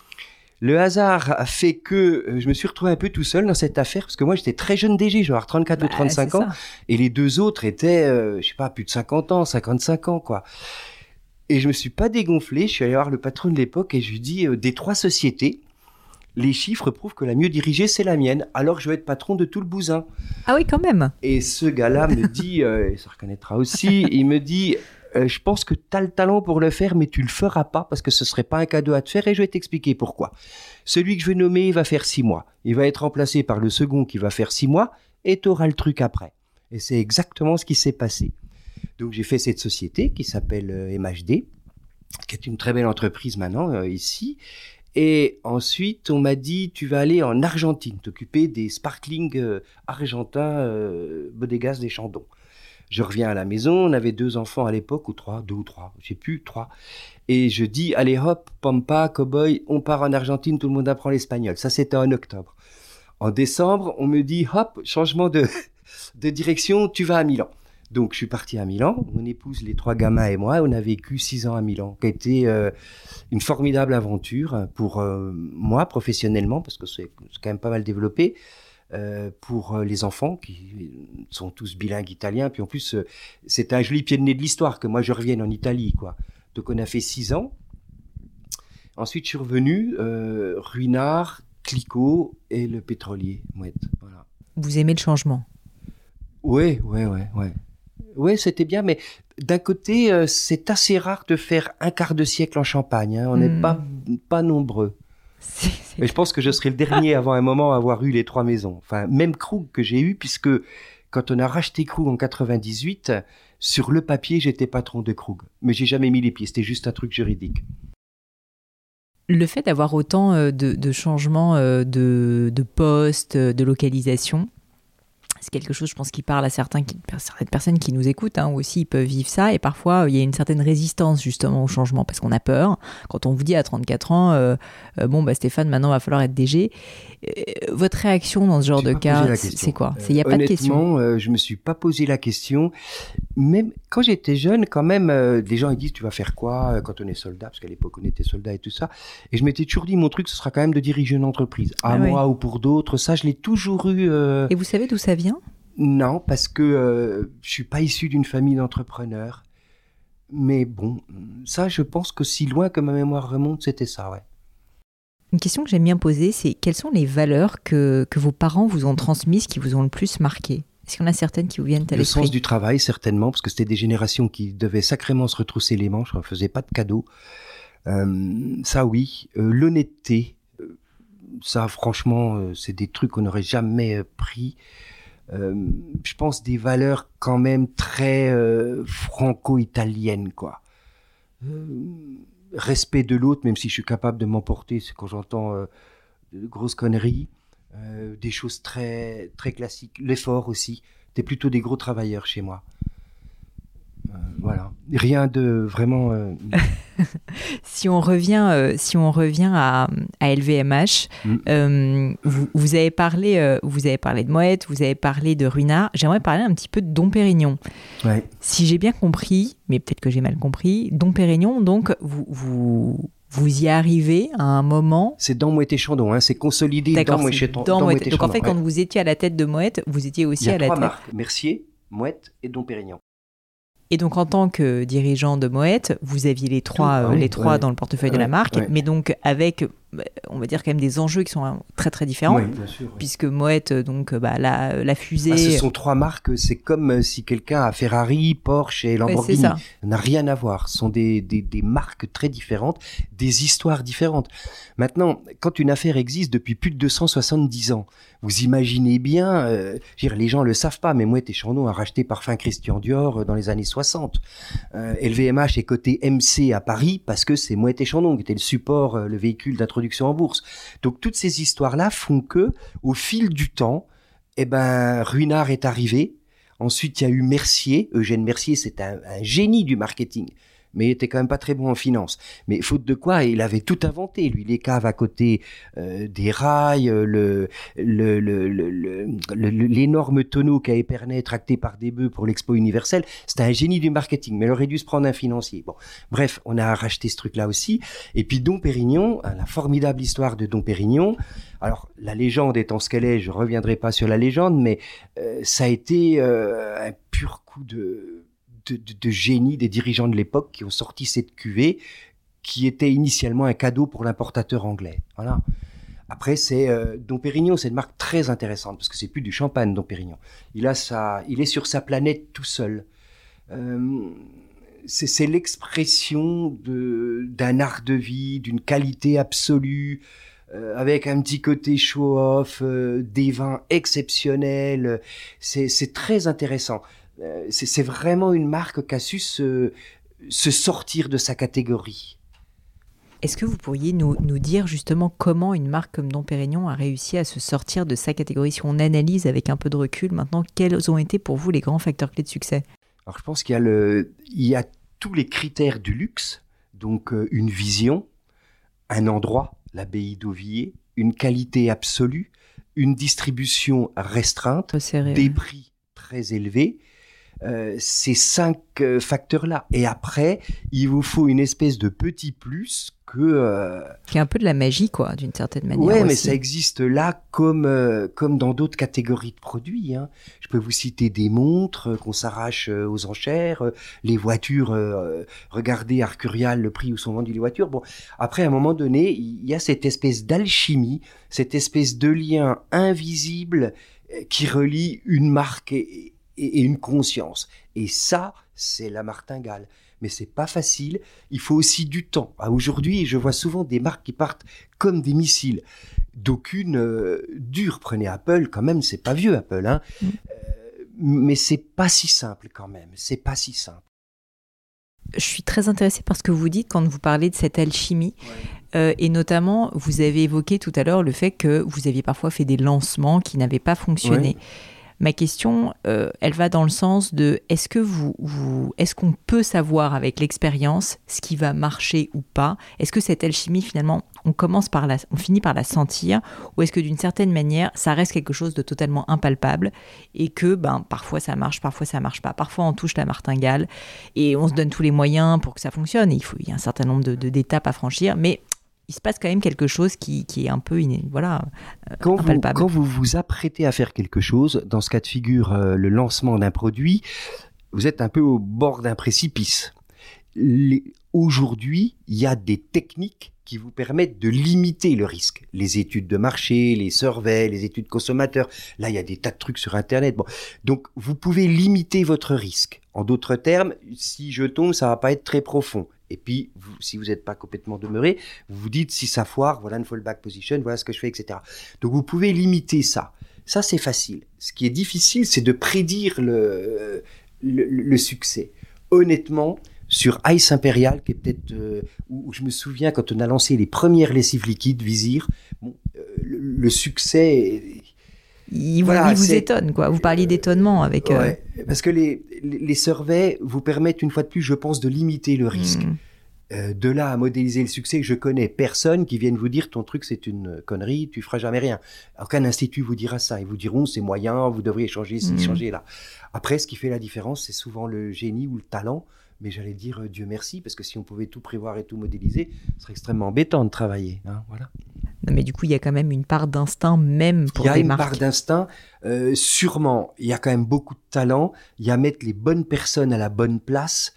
Le hasard a fait que je me suis retrouvé un peu tout seul dans cette affaire, parce que moi, j'étais très jeune DG, je vais avoir 34 ou 35 ans. Et les 2 autres étaient, je sais pas, plus de 50 ans, 55 ans, quoi. Et je me suis pas dégonflé, je suis allé voir le patron de l'époque et je lui dis, des 3 sociétés, les chiffres prouvent que la mieux dirigée, c'est la mienne, alors je vais être patron de tout le bousin. Ah oui, quand même. Et ce gars-là me dit, il se reconnaîtra aussi, il me dit, je pense que tu as le talent pour le faire, mais tu le feras pas parce que ce serait pas un cadeau à te faire et je vais t'expliquer pourquoi. Celui que je vais nommer, il va faire 6 mois. Il va être remplacé par le second qui va faire 6 mois et tu auras le truc après. Et c'est exactement ce qui s'est passé. Donc j'ai fait cette société qui s'appelle MHD, qui est une très belle entreprise maintenant ici. Et ensuite, on m'a dit, tu vas aller en Argentine, t'occuper des sparkling argentins Bodegas des Chandons. Je reviens à la maison, on avait 2 enfants à l'époque, ou 3, 2 ou 3, je sais plus, 3. Et je dis, allez hop, pampa, cowboy, on part en Argentine, tout le monde apprend l'espagnol. Ça, c'était en octobre. En décembre, on me dit, hop, changement de direction, tu vas à Milan. Donc, je suis parti à Milan. Mon épouse, les 3 gamins et moi, on a vécu 6 ans à Milan, qui a été une formidable aventure pour moi, professionnellement, parce que c'est quand même pas mal développé, pour les enfants, qui sont tous bilingues italiens. Puis en plus, c'est un joli pied de nez de l'histoire que moi, je revienne en Italie, quoi. Donc, on a fait 6 ans. Ensuite, je suis revenu, Ruinart, Clicquot et le pétrolier, Mouette. Voilà. Vous aimez le changement? Ouais. Oui, c'était bien, mais d'un côté, c'est assez rare de faire un quart de siècle en Champagne. Hein. On n'est pas nombreux. Mais je pense que je serai le dernier avant un moment à avoir eu les 3 maisons. Enfin, même Krug que j'ai eu, puisque quand on a racheté Krug en 98, sur le papier, j'étais patron de Krug. Mais j'ai jamais mis les pieds, c'était juste un truc juridique. Le fait d'avoir autant de changements de poste, de localisation, c'est quelque chose, je pense, qui parle à certaines personnes qui nous écoutent, hein, aussi ils peuvent vivre ça. Et parfois, il y a une certaine résistance justement au changement parce qu'on a peur. Quand on vous dit à 34 ans, Stéphane, maintenant, il va falloir être DG. Votre réaction dans ce genre de cas, c'est quoi? Il n'y a pas de question. Honnêtement, je ne me suis pas posé la question. Même quand j'étais jeune, quand même, les gens ils disent tu vas faire quoi quand on est soldat? Parce qu'à l'époque, on était soldat et tout ça. Et je m'étais toujours dit, mon truc, ce sera quand même de diriger une entreprise. Moi ou pour d'autres, ça, je l'ai toujours eu. Et vous savez d'où ça vient? Non, parce que je suis pas issu d'une famille d'entrepreneurs. Mais bon, ça, je pense que si loin que ma mémoire remonte, c'était ça, ouais. Une question que j'aime bien poser, c'est quelles sont les valeurs que vos parents vous ont transmises, qui vous ont le plus marqué ? Est-ce qu'il y en a certaines qui vous viennent à l'esprit ? Le sens du travail, certainement, parce que c'était des générations qui devaient sacrément se retrousser les manches, on ne faisait pas de cadeaux. Ça, oui. L'honnêteté, ça, franchement, c'est des trucs qu'on n'aurait jamais pris. Je pense des valeurs quand même très franco-italiennes, quoi. Respect de l'autre, même si je suis capable de m'emporter, c'est quand j'entends de grosses conneries. Des choses très, très classiques. L'effort aussi. T'es plutôt des gros travailleurs chez moi. Voilà. Rien de vraiment... Si on revient à LVMH, vous avez parlé de Moët, vous avez parlé de Ruinart. J'aimerais parler un petit peu de Dom Pérignon. Ouais. Si j'ai bien compris, mais peut-être que j'ai mal compris, Dom Pérignon, donc vous y arrivez à un moment... C'est dans Moët et Chandon, hein, c'est consolidé D'accord, dans Moët et Chandon. Donc en fait, quand vous étiez à la tête de Moët, vous étiez aussi à la tête... Il y a 3 marques, Mercier, Moët et Dom Pérignon. Et donc, en tant que dirigeant de Moët, vous aviez les trois dans le portefeuille de la marque, mais donc avec, on va dire quand même des enjeux qui sont très très différents, bien sûr, puisque Moët, donc la fusée... ce sont 3 marques, c'est comme si quelqu'un a Ferrari, Porsche et Lamborghini. Ça n'a rien à voir, ce sont des marques très différentes, des histoires différentes. Maintenant, quand une affaire existe depuis plus de 270 ans, vous imaginez bien, les gens le savent pas, mais Moët et Chandon a racheté Parfum Christian Dior dans les années 60. LVMH est coté MC à Paris parce que c'est Moët et Chandon qui était le support, le véhicule d'introduction en bourse. Donc toutes ces histoires-là font que, au fil du temps, Ruinart est arrivé. Ensuite, il y a eu Mercier. Eugène Mercier, c'est un génie du marketing. Mais il était quand même pas très bon en finance. Mais faute de quoi, il avait tout inventé. Lui, les caves à côté des rails, l'énorme tonneau qu'a Épernay tracté par des bœufs pour l'Expo universelle. C'était un génie du marketing, mais il aurait dû se prendre un financier. Bon, bref, on a racheté ce truc-là aussi. Et puis Dom Pérignon, la formidable histoire de Dom Pérignon. Alors, la légende étant ce qu'elle est, je reviendrai pas sur la légende, mais ça a été un pur coup de génie des dirigeants de l'époque qui ont sorti cette cuvée qui était initialement un cadeau pour l'importateur anglais. Voilà. Après, Dom Pérignon, c'est une marque très intéressante parce que c'est plus du champagne, Dom Pérignon. Il est sur sa planète tout seul. C'est l'expression d'un art de vie, d'une qualité absolue, avec un petit côté show-off, des vins exceptionnels. C'est très intéressant. C'est vraiment une marque qui a su se sortir de sa catégorie. Est-ce que vous pourriez nous dire justement comment une marque comme Dom Pérignon a réussi à se sortir de sa catégorie ? Si on analyse avec un peu de recul maintenant, quels ont été pour vous les grands facteurs clés de succès ? Alors je pense qu'il y a tous les critères du luxe, donc une vision, un endroit, l'abbaye d'Auvilliers, une qualité absolue, une distribution restreinte, des prix très élevés. Ces 5 facteurs-là. Et après, il vous faut une espèce de petit plus qui est un peu de la magie, quoi, d'une certaine manière. Ouais, aussi. Mais ça existe là comme dans d'autres catégories de produits. Hein. Je peux vous citer des montres qu'on s'arrache aux enchères, les voitures. Regardez Arcurial, le prix où sont vendues les voitures. Bon, après, à un moment donné, il y a cette espèce d'alchimie, cette espèce de lien invisible qui relie une marque et une conscience. Et ça, c'est la martingale. Mais c'est pas facile. Il faut aussi du temps. Aujourd'hui, je vois souvent des marques qui partent comme des missiles. D'aucune dure. Prenez Apple, quand même, c'est pas vieux Apple, hein. Mais c'est pas si simple quand même. C'est pas si simple. Je suis très intéressée par ce que vous dites quand vous parlez de cette alchimie. Ouais. Et notamment, vous avez évoqué tout à l'heure le fait que vous aviez parfois fait des lancements qui n'avaient pas fonctionné. Ouais. Ma question, elle va dans le sens de est-ce qu'on peut savoir avec l'expérience ce qui va marcher ou pas ? Est-ce que cette alchimie, finalement, on finit par la sentir ? Ou est-ce que d'une certaine manière, ça reste quelque chose de totalement impalpable et que parfois ça marche pas. Parfois on touche la martingale et on se donne tous les moyens pour que ça fonctionne. Et il y a un certain nombre d'étapes à franchir, mais il se passe quand même quelque chose qui est un peu impalpable. Quand vous vous apprêtez à faire quelque chose, dans ce cas de figure, le lancement d'un produit, vous êtes un peu au bord d'un précipice. Aujourd'hui, il y a des techniques qui vous permettent de limiter le risque. Les études de marché, les surveys, les études consommateurs. Là, il y a des tas de trucs sur Internet. Bon. Donc, vous pouvez limiter votre risque. En d'autres termes, si je tombe, ça va pas être très profond. Et puis, si vous n'êtes pas complètement demeuré, vous vous dites, si ça foire, voilà une fallback position, voilà ce que je fais, etc. Donc, vous pouvez limiter ça. Ça, c'est facile. Ce qui est difficile, c'est de prédire le succès. Honnêtement, sur Ice Imperial, qui est peut-être où je me souviens quand on a lancé les premières lessives liquides Vizir, le succès. Il vous étonne, quoi. Vous parliez d'étonnement avec. Ouais, parce que les surveys vous permettent une fois de plus, je pense, de limiter le risque. De là à modéliser le succès, je connais personne qui vienne vous dire ton truc c'est une connerie, tu feras jamais rien. Aucun institut vous dira ça. Ils vous diront c'est moyen, vous devriez changer ici, changer là. Après, ce qui fait la différence, c'est souvent le génie ou le talent. Mais j'allais dire Dieu merci, parce que si on pouvait tout prévoir et tout modéliser, ce serait extrêmement embêtant de travailler. Hein, voilà. Non, mais du coup, il y a quand même une part d'instinct même pour des marques. Il y a une part d'instinct. Sûrement, il y a quand même beaucoup de talent. Il y a mettre les bonnes personnes à la bonne place.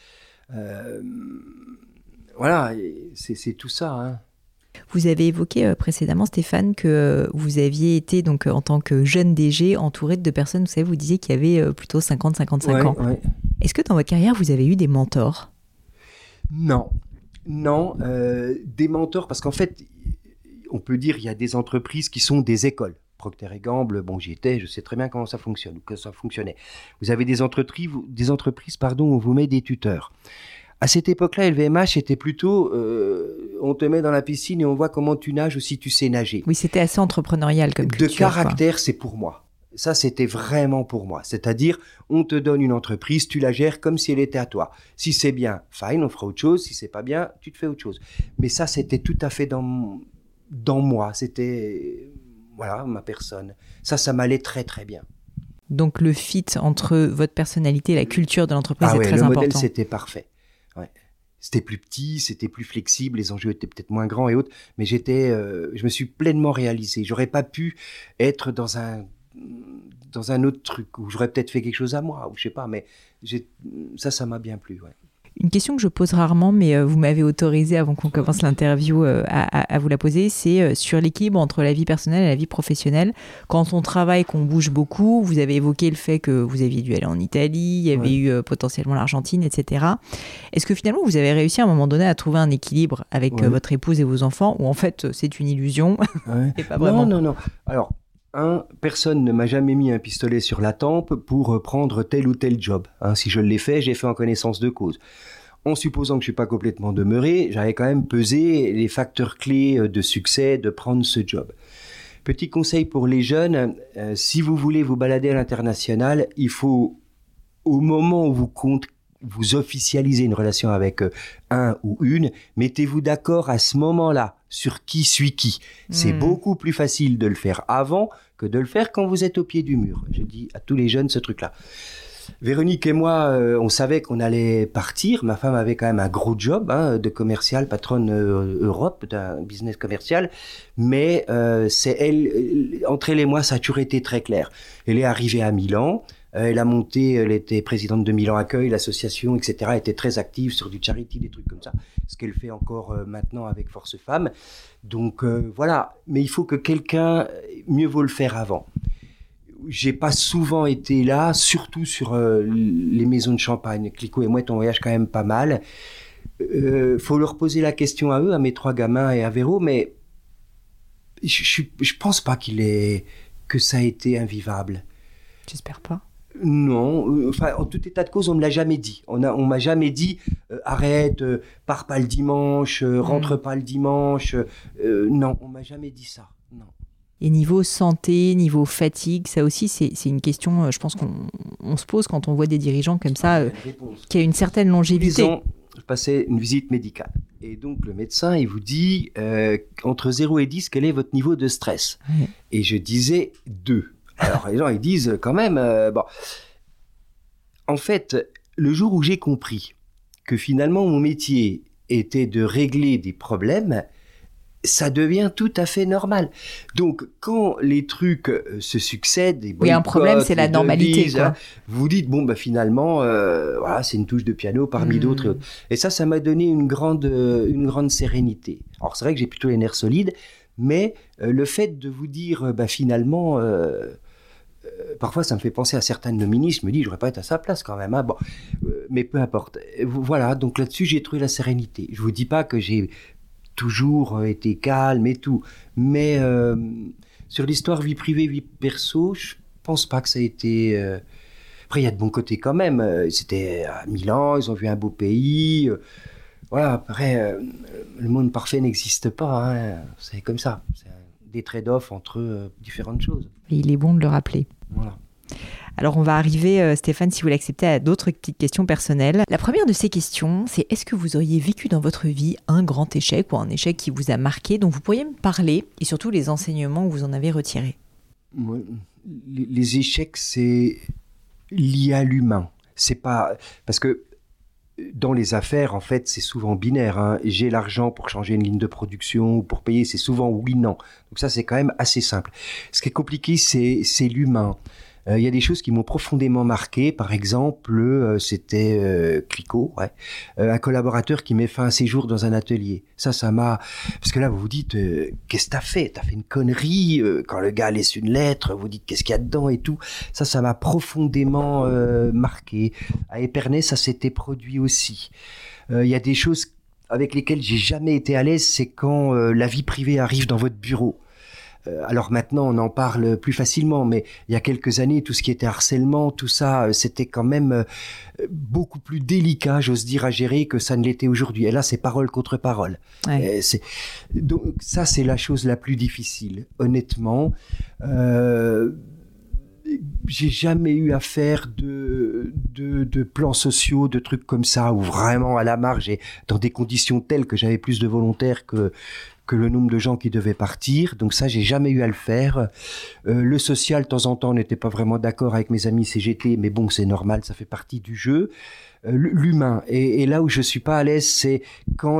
Voilà, c'est tout ça. Hein. Vous avez évoqué précédemment, Stéphane, que vous aviez été, donc, en tant que jeune DG, entouré de personnes, vous savez, vous disiez qu'il y avait plutôt 50-55 ans. Ouais. Est-ce que dans votre carrière, vous avez eu des mentors ? Non, des mentors, parce qu'en fait, on peut dire qu'il y a des entreprises qui sont des écoles. Procter & Gamble, bon, j'y étais, je sais très bien comment ça fonctionne, ou que ça fonctionnait. Vous avez des entreprises où on vous met des tuteurs. À cette époque-là, LVMH était plutôt, on te met dans la piscine et on voit comment tu nages ou si tu sais nager. Oui, c'était assez entrepreneurial comme culture. De caractère, c'est pour moi. Ça, c'était vraiment pour moi. C'est-à-dire, on te donne une entreprise, tu la gères comme si elle était à toi. Si c'est bien, fine, on fera autre chose. Si c'est pas bien, tu te fais autre chose. Mais ça, c'était tout à fait dans moi. C'était, voilà, ma personne. Ça m'allait très, très bien. Donc, le fit entre votre personnalité et la culture de l'entreprise est très important. Le modèle, c'était parfait. Ouais. C'était plus petit, c'était plus flexible, les enjeux étaient peut-être moins grands et autres, mais je me suis pleinement réalisé. J'aurais pas pu être dans un autre truc, où j'aurais peut-être fait quelque chose à moi, ou je sais pas, mais ça m'a bien plu, ouais. Une question que je pose rarement, mais vous m'avez autorisé avant qu'on commence l'interview à vous la poser, c'est sur l'équilibre entre la vie personnelle et la vie professionnelle. Quand on travaille, qu'on bouge beaucoup, vous avez évoqué le fait que vous aviez dû aller en Italie, il y avait eu potentiellement l'Argentine, etc. Est-ce que finalement vous avez réussi à un moment donné à trouver un équilibre avec votre épouse et vos enfants, ou en fait c'est une illusion et pas vraiment? Non. Alors, personne ne m'a jamais mis un pistolet sur la tempe pour prendre tel ou tel job. Si je l'ai fait, j'ai fait en connaissance de cause. En supposant que je ne suis pas complètement demeuré, j'avais quand même pesé les facteurs clés de succès de prendre ce job. Petit conseil pour les jeunes, si vous voulez vous balader à l'international, il faut, au moment où vous officialisez une relation avec un ou une, mettez-vous d'accord à ce moment-là sur qui suit qui. C'est beaucoup plus facile de le faire avant que de le faire quand vous êtes au pied du mur. Je dis à tous les jeunes ce truc-là. Véronique et moi, on savait qu'on allait partir. Ma femme avait quand même un gros job de commercial, patronne Europe, d'un business commercial. Mais c'est elle, entre elle et moi, ça a toujours été très clair. Elle est arrivée à Milan. Elle a monté, elle était présidente de Milan Accueil, l'association, etc. Elle était très active sur du charity, des trucs comme ça. Ce qu'elle fait encore maintenant avec Force Femmes. Donc voilà. Mais il faut que mieux vaut le faire avant. J'ai pas souvent été là, surtout sur les maisons de champagne. Clicquot et Mouette, on voyage quand même pas mal. Faut leur poser la question à eux, à mes 3 gamins et à Véro, mais je pense pas que ça a été invivable. J'espère pas. Non, en tout état de cause, on me l'a jamais dit. On m'a jamais dit arrête, pars pas le dimanche, rentre pas le dimanche. Non, on m'a jamais dit ça. Non. Et niveau santé, niveau fatigue, ça aussi, c'est une question, je pense qu'on se pose quand on voit des dirigeants comme ça, qui a une certaine longévité. Tous les ans, je passais une visite médicale. Et donc, le médecin, il vous dit, entre 0 et 10, quel est votre niveau de stress ? Et je disais 2. Alors, les gens, ils disent quand même... bon. En fait, le jour où j'ai compris que finalement, mon métier était de régler des problèmes, ça devient tout à fait normal. Donc, quand les trucs se succèdent, oui, un problème, c'est la normalité, quoi. Vous dites, bon, finalement, voilà, c'est une touche de piano parmi d'autres. Et ça m'a donné une grande sérénité. Alors, c'est vrai que j'ai plutôt les nerfs solides, mais le fait de vous dire, finalement, parfois, ça me fait penser à certains de nos ministres. Je me dis, je devrais pas être à sa place quand même. Hein. Bon, mais peu importe. Voilà, donc là-dessus, j'ai trouvé la sérénité. Je vous dis pas que j'ai toujours été calme et tout. Mais sur l'histoire vie privée, vie perso, je pense pas que ça a été... Après, il y a de bons côtés quand même. C'était à Milan, ils ont vu un beau pays. Voilà, après, le monde parfait n'existe pas. Hein. C'est comme ça. C'est des trade-offs entre différentes choses. Et il est bon de le rappeler. Voilà. Alors on va arriver, Stéphane, si vous l'acceptez, à d'autres petites questions personnelles. La première de ces questions, c'est est-ce que vous auriez vécu dans votre vie un grand échec ou un échec qui vous a marqué, dont vous pourriez me parler, et surtout les enseignements que vous en avez retirés? Ouais, les échecs, c'est lié à l'humain. C'est pas... Parce que dans les affaires, en fait, c'est souvent binaire. Hein. J'ai l'argent pour changer une ligne de production ou pour payer, c'est souvent oui-non. Donc ça, c'est quand même assez simple. Ce qui est compliqué, c'est l'humain. Il y a des choses qui m'ont profondément marqué. Par exemple, c'était Clicquot, un collaborateur qui met fin à ses jours dans un atelier. Ça m'a... Parce que là, vous vous dites, qu'est-ce que t'as fait? T'as fait une connerie. Quand le gars laisse une lettre, vous dites, qu'est-ce qu'il y a dedans et tout. Ça m'a profondément marqué. À Épernay, ça s'était produit aussi. Il y a des choses avec lesquelles j'ai jamais été à l'aise, c'est quand la vie privée arrive dans votre bureau. Alors maintenant, on en parle plus facilement, mais il y a quelques années, tout ce qui était harcèlement, tout ça, c'était quand même beaucoup plus délicat, j'ose dire, à gérer que ça ne l'était aujourd'hui. Et là, c'est parole contre parole. Ouais. Donc ça, c'est la chose la plus difficile, honnêtement. J'ai jamais eu à faire de plans sociaux, de trucs comme ça, où vraiment à la marge et dans des conditions telles que j'avais plus de volontaires que le nombre de gens qui devaient partir. Donc ça, j'ai jamais eu à le faire. Le social, de temps en temps, on n'était pas vraiment d'accord avec mes amis CGT, mais bon, c'est normal, ça fait partie du jeu. L'humain. Et là où je suis pas à l'aise, c'est quand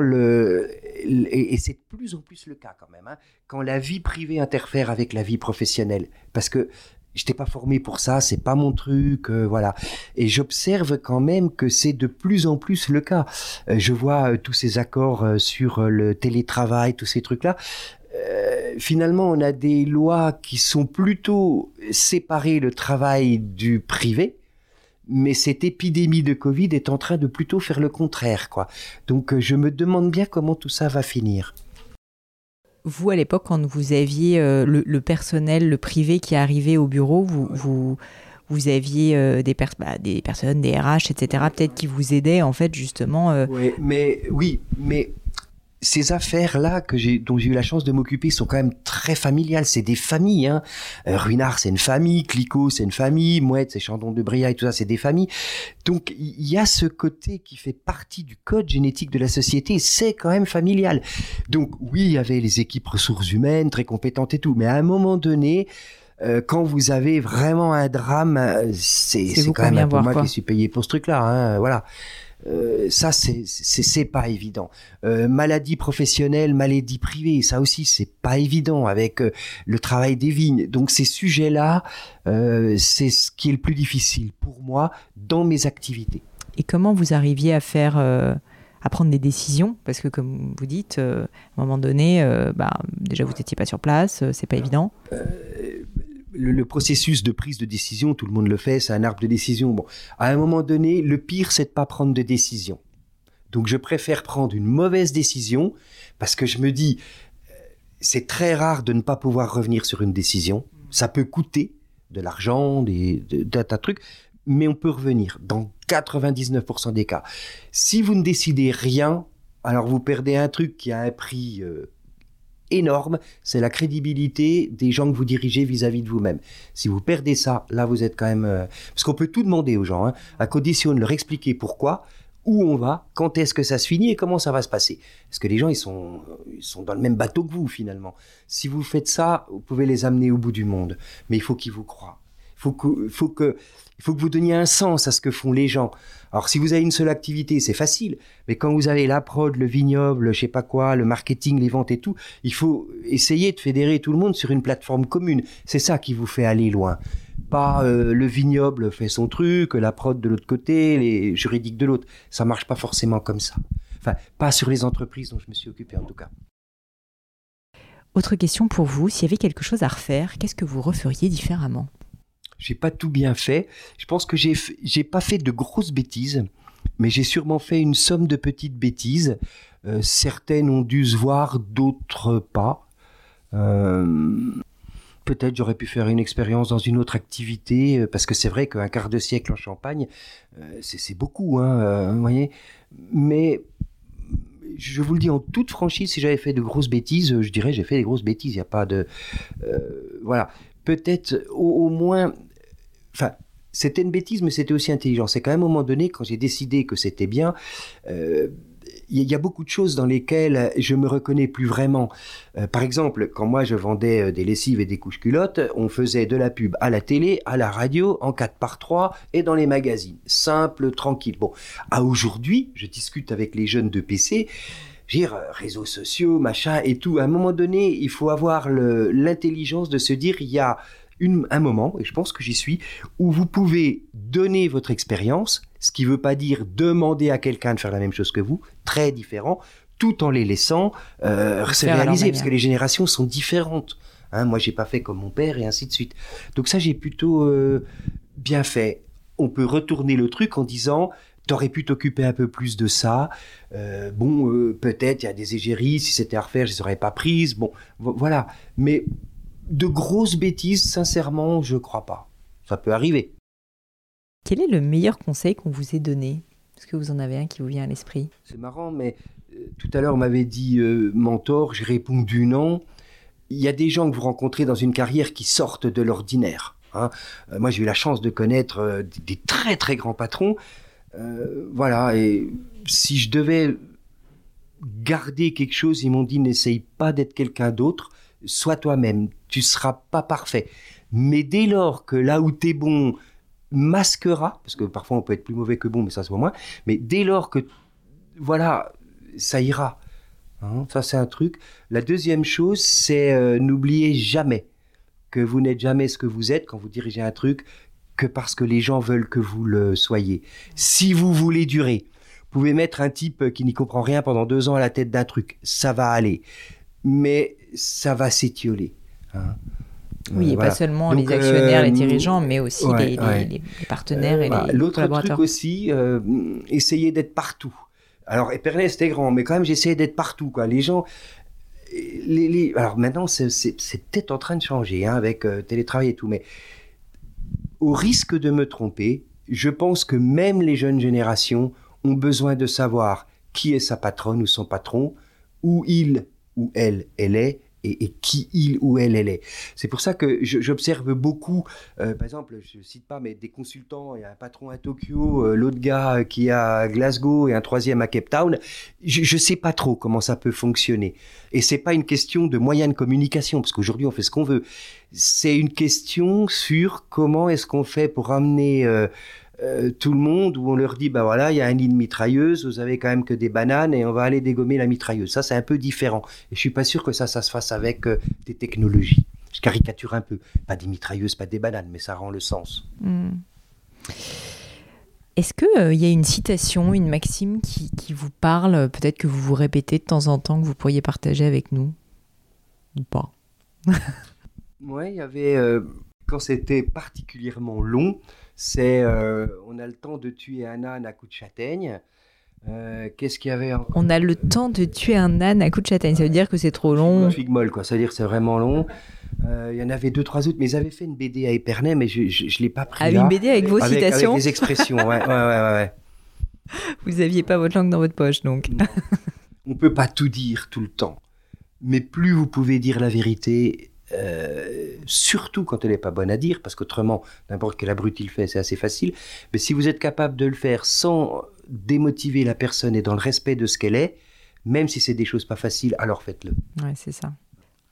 et c'est de plus en plus le cas quand même, hein, quand la vie privée interfère avec la vie professionnelle. Parce que j'étais pas formé pour ça, c'est pas mon truc, voilà. Et j'observe quand même que c'est de plus en plus le cas. Je vois tous ces accords sur le télétravail, tous ces trucs-là. Finalement, on a des lois qui sont plutôt séparées le travail du privé, mais cette épidémie de Covid est en train de plutôt faire le contraire, quoi. Donc, je me demande bien comment tout ça va finir. Vous, à l'époque, quand vous aviez le personnel, le privé qui arrivait au bureau, vous aviez des personnes, des RH, etc., peut-être qui vous aidaient, en fait, justement... Oui, mais ces affaires-là dont j'ai eu la chance de m'occuper sont quand même très familiales. C'est des familles. Hein. Ruinart, c'est une famille. Clicquot, c'est une famille. Mouette, c'est Chandon de Briaille, tout ça, c'est des familles. Donc, il y a ce côté qui fait partie du code génétique de la société. C'est quand même familial. Donc, oui, il y avait les équipes ressources humaines, très compétentes et tout. Mais à un moment donné... quand vous avez vraiment un drame, c'est quand même pour moi qui suis payé pour ce truc-là. Hein, voilà. Ça, c'est pas évident. Maladie professionnelle, maladie privée, ça aussi, c'est pas évident avec le travail des vignes. Donc, ces sujets-là, c'est ce qui est le plus difficile pour moi dans mes activités. Et comment vous arriviez à faire... à prendre des décisions, parce que comme vous dites, à un moment donné, déjà vous n'étiez pas sur place, c'est pas évident. Le processus de prise de décision, tout le monde le fait, c'est un arbre de décision. Bon, à un moment donné, le pire, c'est de pas prendre de décision. Donc, je préfère prendre une mauvaise décision parce que je me dis, c'est très rare de ne pas pouvoir revenir sur une décision. Ça peut coûter de l'argent, d'un tas de trucs, mais on peut revenir dans 99% des cas. Si vous ne décidez rien, alors vous perdez un truc qui a un prix énorme, c'est la crédibilité des gens que vous dirigez vis-à-vis de vous-même. Si vous perdez ça, là vous êtes quand même... Parce qu'on peut tout demander aux gens, hein, à condition de leur expliquer pourquoi, où on va, quand est-ce que ça se finit et comment ça va se passer. Parce que les gens, ils sont dans le même bateau que vous, finalement. Si vous faites ça, vous pouvez les amener au bout du monde. Mais il faut qu'ils vous croient. Il faut que vous donniez un sens à ce que font les gens. Alors, si vous avez une seule activité, c'est facile. Mais quand vous avez la prod, le vignoble, je sais pas quoi, le marketing, les ventes et tout, il faut essayer de fédérer tout le monde sur une plateforme commune. C'est ça qui vous fait aller loin. Pas le vignoble fait son truc, la prod de l'autre côté, les juridiques de l'autre. Ça marche pas forcément comme ça. Enfin, pas sur les entreprises dont je me suis occupé en tout cas. Autre question pour vous, s'il y avait quelque chose à refaire, qu'est-ce que vous referiez différemment ? J'ai pas tout bien fait. Je pense que j'ai pas fait de grosses bêtises, mais j'ai sûrement fait une somme de petites bêtises. Certaines ont dû se voir, d'autres pas. Peut-être j'aurais pu faire une expérience dans une autre activité, parce que c'est vrai qu'un quart de siècle en Champagne, c'est beaucoup, vous voyez. Mais je vous le dis en toute franchise, si j'avais fait de grosses bêtises, je dirais j'ai fait des grosses bêtises. Il n'y a pas de... voilà. Peut-être au moins... Enfin, c'était une bêtise, mais c'était aussi intelligent. C'est qu'à un moment donné, quand j'ai décidé que c'était bien, il y a beaucoup de choses dans lesquelles je me reconnais plus vraiment. Par exemple, quand moi je vendais des lessives et des couches-culottes, on faisait de la pub à la télé, à la radio, en 4x3 et dans les magazines. Simple, tranquille. Bon, à aujourd'hui, je discute avec les jeunes de PC... Je veux dire, réseaux sociaux, machin et tout. À un moment donné, il faut avoir l'intelligence de se dire, il y a un moment, et je pense que j'y suis, où vous pouvez donner votre expérience, ce qui ne veut pas dire demander à quelqu'un de faire la même chose que vous, très différent, tout en les laissant se réaliser, parce que les générations sont différentes. Moi, je n'ai pas fait comme mon père, et ainsi de suite. Donc ça, j'ai plutôt bien fait. On peut retourner le truc en disant... T'aurais pu t'occuper un peu plus de ça. Peut-être il y a des égéries, si c'était à refaire, je les aurais pas prises. Bon, voilà. Mais de grosses bêtises, sincèrement, je crois pas. Ça peut arriver. Quel est le meilleur conseil qu'on vous ait donné ? Est-ce que vous en avez un qui vous vient à l'esprit ? C'est marrant, mais tout à l'heure, on m'avait dit mentor, j'ai répondu non. Il y a des gens que vous rencontrez dans une carrière qui sortent de l'ordinaire. Moi, j'ai eu la chance de connaître des très, très grands patrons. Voilà, et si je devais garder quelque chose, ils m'ont dit n'essaye pas d'être quelqu'un d'autre, sois toi-même, tu seras pas parfait. Mais dès lors que là où t'es bon masquera, parce que parfois on peut être plus mauvais que bon, mais ça se voit moins, mais dès lors que, voilà, ça ira. Ça c'est un truc. La deuxième chose, c'est n'oubliez jamais que vous n'êtes jamais ce que vous êtes quand vous dirigez un truc, que parce que les gens veulent que vous le soyez. Si vous voulez durer, vous pouvez mettre un type qui n'y comprend rien pendant 2 ans à la tête d'un truc, ça va aller. Mais ça va s'étioler. Oui, et voilà. Pas seulement donc, les actionnaires, les dirigeants, mais aussi les partenaires et les l'autre collaborateurs. Truc aussi, essayer d'être partout. Alors, Épernay, c'était grand, mais quand même, j'essayais d'être partout, quoi. Les gens... Alors maintenant, c'est peut-être en train de changer, avec télétravail et tout, mais... Au risque de me tromper, je pense que même les jeunes générations ont besoin de savoir qui est sa patronne ou son patron, où il ou elle est, et qui il ou elle est. C'est pour ça que j'observe beaucoup, par exemple, je ne cite pas, mais des consultants, il y a un patron à Tokyo, l'autre gars qui est à Glasgow et un troisième à Cape Town. Je ne sais pas trop comment ça peut fonctionner. Et ce n'est pas une question de moyens de communication, parce qu'aujourd'hui on fait ce qu'on veut. C'est une question sur comment est-ce qu'on fait pour amener tout le monde, où on leur dit, voilà, il y a un lit de mitrailleuse, vous avez quand même que des bananes et on va aller dégommer la mitrailleuse. Ça, c'est un peu différent. Et je suis pas sûr que ça se fasse avec des technologies. Je caricature un peu. Pas des mitrailleuses, pas des bananes, mais ça rend le sens. Est-ce qu'il y a une citation, une maxime qui vous parle, peut-être que vous vous répétez de temps en temps, que vous pourriez partager avec nous ? Ou pas ? Ouais, il y avait, quand c'était particulièrement long, c'est on a le temps de tuer un âne à coups de châtaigne. Qu'est-ce qu'il y avait encore ? On a le temps de tuer un âne à coups de châtaigne, ça veut dire que c'est trop long. Figue molle, quoi. Ça veut dire que c'est vraiment long. Il y en avait 2-3 autres, mais ils avaient fait une BD à Épernay, mais je ne l'ai pas pris là. Une BD avec vos citations ? Avec des expressions, ouais. Vous n'aviez pas votre langue dans votre poche, donc. Non. On ne peut pas tout dire tout le temps. Mais plus vous pouvez dire la vérité... surtout quand elle n'est pas bonne à dire, parce qu'autrement, n'importe quel abruti le fait, c'est assez facile. Mais si vous êtes capable de le faire sans démotiver la personne et dans le respect de ce qu'elle est, même si c'est des choses pas faciles, alors faites-le. Ouais, c'est ça.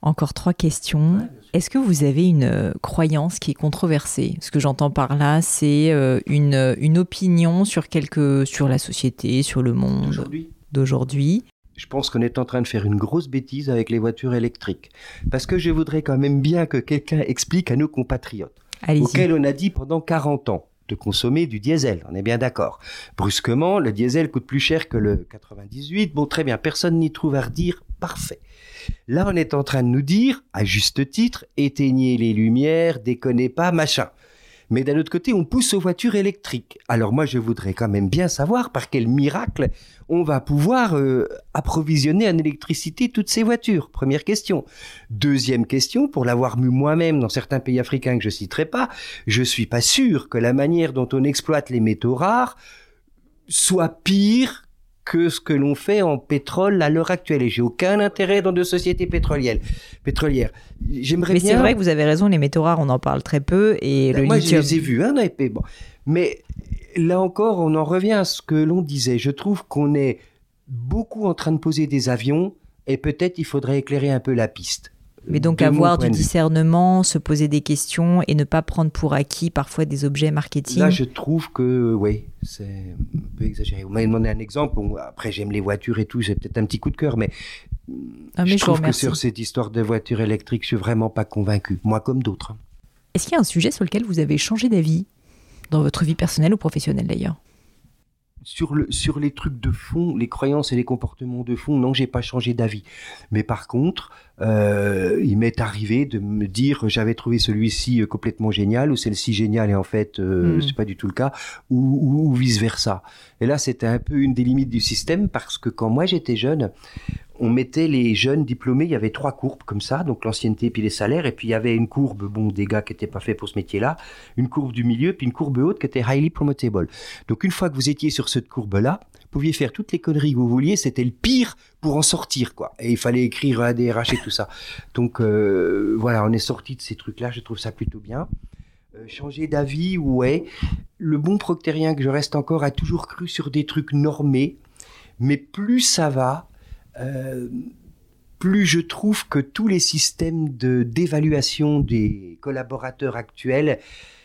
Encore 3 questions. Ouais. Est-ce que vous avez une croyance qui est controversée? Ce que j'entends par là, c'est une opinion sur la société, sur le monde d'aujourd'hui. Je pense qu'on est en train de faire une grosse bêtise avec les voitures électriques. Parce que je voudrais quand même bien que quelqu'un explique à nos compatriotes, auxquels on a dit pendant 40 ans de consommer du diesel. On est bien d'accord. Brusquement, le diesel coûte plus cher que le 98. Bon, très bien, personne n'y trouve à redire. Parfait. Là, on est en train de nous dire, à juste titre, éteignez les lumières, déconnez pas, machin. Mais d'un autre côté, on pousse aux voitures électriques. Alors moi, je voudrais quand même bien savoir par quel miracle on va pouvoir approvisionner en électricité toutes ces voitures. Première question. Deuxième question, pour l'avoir mu moi-même dans certains pays africains que je citerai pas, je suis pas sûr que la manière dont on exploite les métaux rares soit pire que ce que l'on fait en pétrole à l'heure actuelle. Et j'ai aucun intérêt dans de sociétés pétrolières. J'aimerais bien... c'est vrai que vous avez raison, les métaux rares, on en parle très peu. Et le moi, lithium... je les ai vus, bon. Mais là encore, on en revient à ce que l'on disait. Je trouve qu'on est beaucoup en train de poser des avions et peut-être il faudrait éclairer un peu la piste. Mais donc avoir du discernement, se poser des questions et ne pas prendre pour acquis parfois des objets marketing. Là, je trouve que, oui, c'est un peu exagéré. Vous m'avez demandé un exemple. Bon, après, j'aime les voitures et tout. J'ai peut-être un petit coup de cœur, mais je trouve que sur cette histoire de voitures électriques, je suis vraiment pas convaincu. Moi, comme d'autres. Est-ce qu'il y a un sujet sur lequel vous avez changé d'avis dans votre vie personnelle ou professionnelle d'ailleurs ? Sur les trucs de fond, les croyances et les comportements de fond, non, j'ai pas changé d'avis. Mais par contre, il m'est arrivé de me dire j'avais trouvé celui-ci complètement génial ou celle-ci géniale et en fait c'est pas du tout le cas ou vice versa. Et là, c'était un peu une des limites du système parce que quand moi j'étais jeune, on mettait les jeunes diplômés, il y avait 3 courbes comme ça, donc l'ancienneté puis les salaires, et puis il y avait une courbe, des gars qui n'étaient pas faits pour ce métier-là, une courbe du milieu, puis une courbe haute qui était highly promotable. Donc une fois que vous étiez sur cette courbe-là, vous pouviez faire toutes les conneries que vous vouliez, c'était le pire pour en sortir, quoi. Et il fallait écrire un DRH et tout ça. Donc voilà, on est sorti de ces trucs-là, je trouve ça plutôt bien. Changer d'avis, ouais. Le bon proctérien que je reste encore a toujours cru sur des trucs normés, mais plus ça va, plus je trouve que tous les systèmes d'évaluation des collaborateurs actuels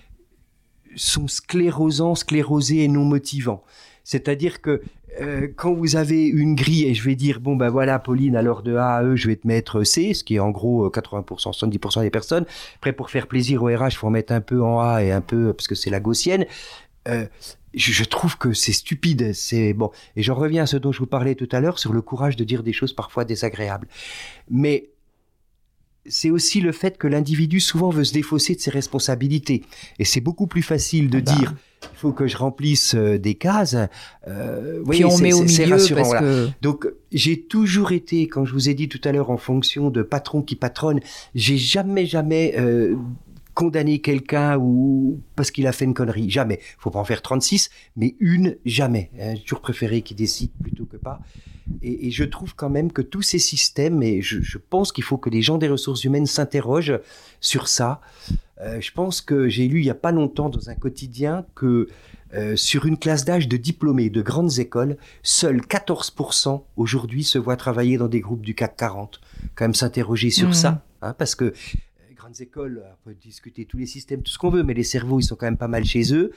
sont sclérosés et non motivants. C'est-à-dire que quand vous avez une grille et je vais dire, bon ben voilà Pauline, alors de A à E, je vais te mettre C, ce qui est en gros 80%, 70% des personnes. Après, pour faire plaisir au RH, il faut en mettre un peu en A et un peu, parce que c'est la gaussienne. Je trouve que c'est stupide, c'est bon. Et j'en reviens à ce dont je vous parlais tout à l'heure sur le courage de dire des choses parfois désagréables. Mais c'est aussi le fait que l'individu souvent veut se défausser de ses responsabilités. Et c'est beaucoup plus facile de dire il faut que je remplisse des cases. Puis on met au milieu rassurant, parce que... Donc j'ai toujours été, quand je vous ai dit tout à l'heure, en fonction de patron qui patronne, j'ai jamais condamner quelqu'un ou parce qu'il a fait une connerie, jamais. Faut pas en faire 36, mais une, jamais. J'ai toujours préféré qu'il décide plutôt que pas. Et je trouve quand même que tous ces systèmes, et je pense qu'il faut que les gens des ressources humaines s'interrogent sur ça. Je pense que j'ai lu il y a pas longtemps dans un quotidien que sur une classe d'âge de diplômés de grandes écoles, seuls 14% aujourd'hui se voient travailler dans des groupes du CAC 40. Quand même s'interroger sur ça, hein, parce que grandes écoles, on peut discuter tous les systèmes, tout ce qu'on veut, mais les cerveaux, ils sont quand même pas mal chez eux.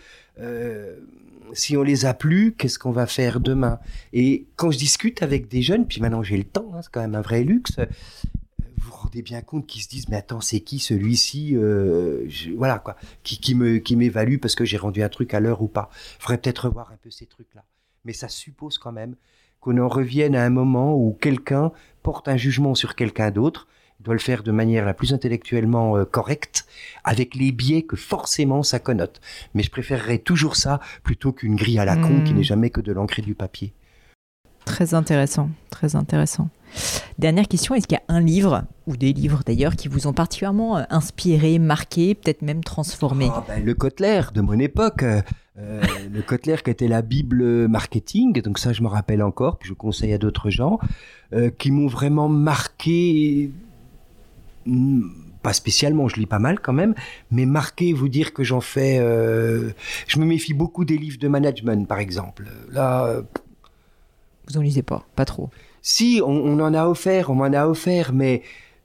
Si on les a plus, qu'est-ce qu'on va faire demain ? Et quand je discute avec des jeunes, puis maintenant j'ai le temps, hein, c'est quand même un vrai luxe, vous vous rendez bien compte qu'ils se disent, mais attends, c'est qui celui-ci voilà quoi, qui m'évalue parce que j'ai rendu un truc à l'heure ou pas. Il faudrait peut-être revoir un peu ces trucs-là. Mais ça suppose quand même qu'on en revienne à un moment où quelqu'un porte un jugement sur quelqu'un d'autre, doit le faire de manière la plus intellectuellement correcte, avec les biais que forcément ça connote. Mais je préférerais toujours ça plutôt qu'une grille à la con qui n'est jamais que de l'encre et du papier. Très intéressant, très intéressant. Dernière question, est-ce qu'il y a un livre, ou des livres d'ailleurs, qui vous ont particulièrement inspiré, marqué, peut-être même transformé ? Le Kotler de mon époque, le Kotler qui était la Bible marketing, donc ça je me rappelle encore, puis je conseille à d'autres gens, qui m'ont vraiment marqué... Pas spécialement, je lis pas mal quand même, mais marqué, vous dire que j'en fais... je me méfie beaucoup des livres de management, par exemple. Là... Vous en lisez pas trop. Si, on m'en a offert, mais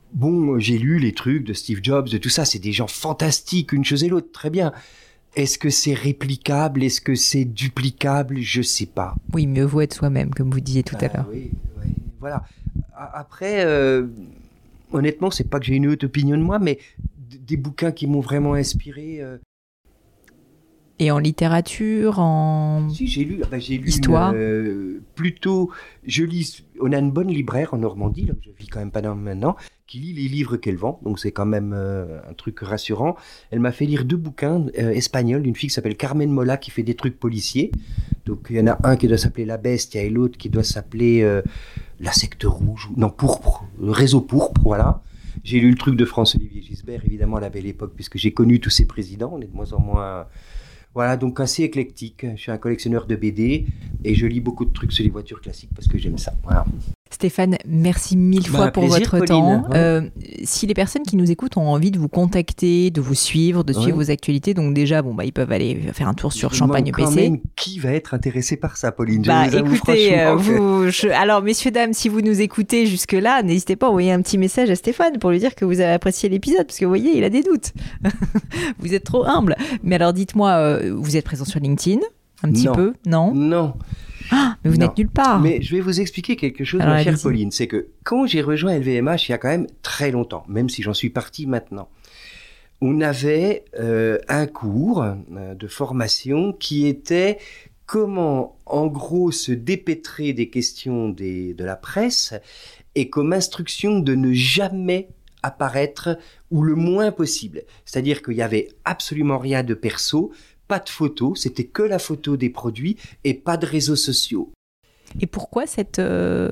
Bon, j'ai lu les trucs de Steve Jobs, de tout ça, c'est des gens fantastiques, une chose et l'autre, très bien. Est-ce que c'est réplicable? Est-ce que c'est duplicable? Je sais pas. Oui, mieux vaut être soi-même, comme vous disiez tout à l'heure. Oui, voilà. Après, honnêtement, c'est pas que j'ai une haute opinion de moi, mais des bouquins qui m'ont vraiment inspiré. Et en littérature, Si, j'ai lu histoire. Plutôt, on a une bonne libraire en Normandie, là où je vis quand même pas maintenant, qui lit les livres qu'elle vend, donc c'est quand même un truc rassurant. Elle m'a fait lire 2 bouquins espagnols, une fille qui s'appelle Carmen Mola qui fait des trucs policiers. Donc il y en a un qui doit s'appeler La Bestia et l'autre qui doit s'appeler La Secte Rouge, non, Pourpre, le Réseau Pourpre, voilà. J'ai lu le truc de François-Olivier Gisbert, évidemment à la belle époque, puisque j'ai connu tous ces présidents, on est de moins en moins... Voilà, donc assez éclectique. Je suis un collectionneur de BD et je lis beaucoup de trucs sur les voitures classiques parce que j'aime ça. Voilà. Stéphane, merci 1000 fois pour plaisir, votre Pauline. temps. Ouais. Si les personnes qui nous écoutent ont envie de vous contacter, de vous suivre, de suivre Ouais. vos actualités, donc déjà, ils peuvent aller faire un tour sur Je Champagne demande quand PC. même qui va être intéressé par ça, Pauline. Je vous avoue Écoutez, franchement que- alors messieurs, dames, si vous nous écoutez jusque-là, n'hésitez pas à envoyer un petit message à Stéphane pour lui dire que vous avez apprécié l'épisode, parce que vous voyez, il a des doutes. Vous êtes trop humble. Mais alors dites-moi, vous êtes présent sur LinkedIn un petit Non. peu, non? Non. Mais vous Non. n'êtes nulle part. Mais je vais vous expliquer quelque chose, Alors, ma chère allez-y. Pauline. C'est que quand j'ai rejoint LVMH, il y a quand même très longtemps, même si j'en suis parti maintenant, on avait un cours de formation qui était comment, en gros, se dépêtrer des questions de la presse et comme instruction de ne jamais apparaître ou le moins possible. C'est-à-dire qu'il y avait absolument rien de perso, pas de photos, c'était que la photo des produits et pas de réseaux sociaux. Et pourquoi cette...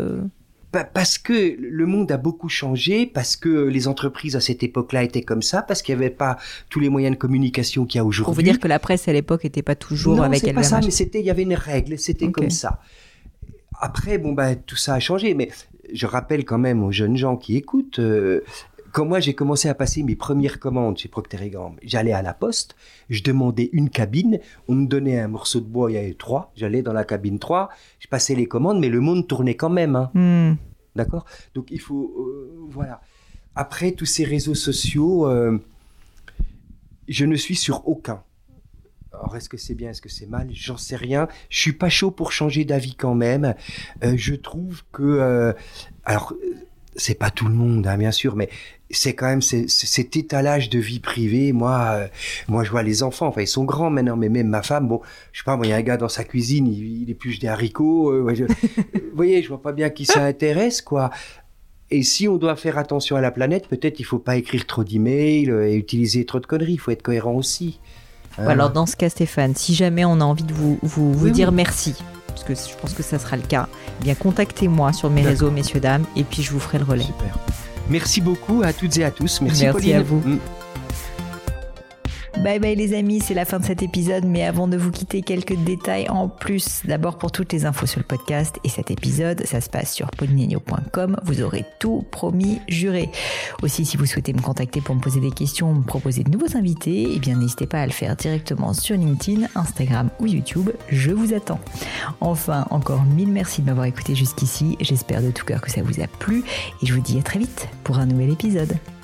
Parce que le monde a beaucoup changé, parce que les entreprises à cette époque-là étaient comme ça, parce qu'il n'y avait pas tous les moyens de communication qu'il y a aujourd'hui. Pour vous dire que la presse à l'époque n'était pas toujours non, avec c'est elle. pas ça, mais il y avait une règle, c'était Ok. comme ça. Après, tout ça a changé, mais je rappelle quand même aux jeunes gens qui écoutent, quand moi j'ai commencé à passer mes premières commandes chez Procter & Gamble, j'allais à la poste, je demandais une cabine, on me donnait un morceau de bois, il y avait 3, j'allais dans la cabine 3, je passais les commandes, mais le monde tournait quand même, hein. D'accord ? Donc il faut... voilà. Après, tous ces réseaux sociaux, je ne suis sur aucun. Alors, est-ce que c'est bien, est-ce que c'est mal ? J'en sais rien. Je suis pas chaud pour changer d'avis quand même. Je trouve que... alors, c'est pas tout le monde, hein, bien sûr, mais c'est quand même cet étalage de vie privée. Moi, je vois les enfants, enfin, ils sont grands maintenant, mais même ma femme, bon, je sais pas, moi, il y a un gars dans sa cuisine, il épluche des haricots. Vous voyez, je vois pas bien qui ça intéresse, quoi. Et si on doit faire attention à la planète, peut-être il faut pas écrire trop d'emails et utiliser trop de conneries. Il faut être cohérent aussi. Alors dans ce cas, Stéphane, si jamais on a envie de vous Oui, dire oui. merci, parce que je pense que ça sera le cas, eh bien contactez-moi sur mes D'accord. réseaux, messieurs, dames, et puis je vous ferai le relais. Super. Merci beaucoup à toutes et à tous. Merci Pauline. à vous. Mm. Bye bye les amis, c'est la fin de cet épisode, mais avant de vous quitter, quelques détails en plus. D'abord pour toutes les infos sur le podcast et cet épisode, ça se passe sur paulinegno.com, vous aurez tout promis, juré. Aussi, si vous souhaitez me contacter pour me poser des questions, me proposer de nouveaux invités, eh bien n'hésitez pas à le faire directement sur LinkedIn, Instagram ou YouTube, je vous attends. Enfin, encore 1000 merci de m'avoir écouté jusqu'ici, j'espère de tout cœur que ça vous a plu et je vous dis à très vite pour un nouvel épisode.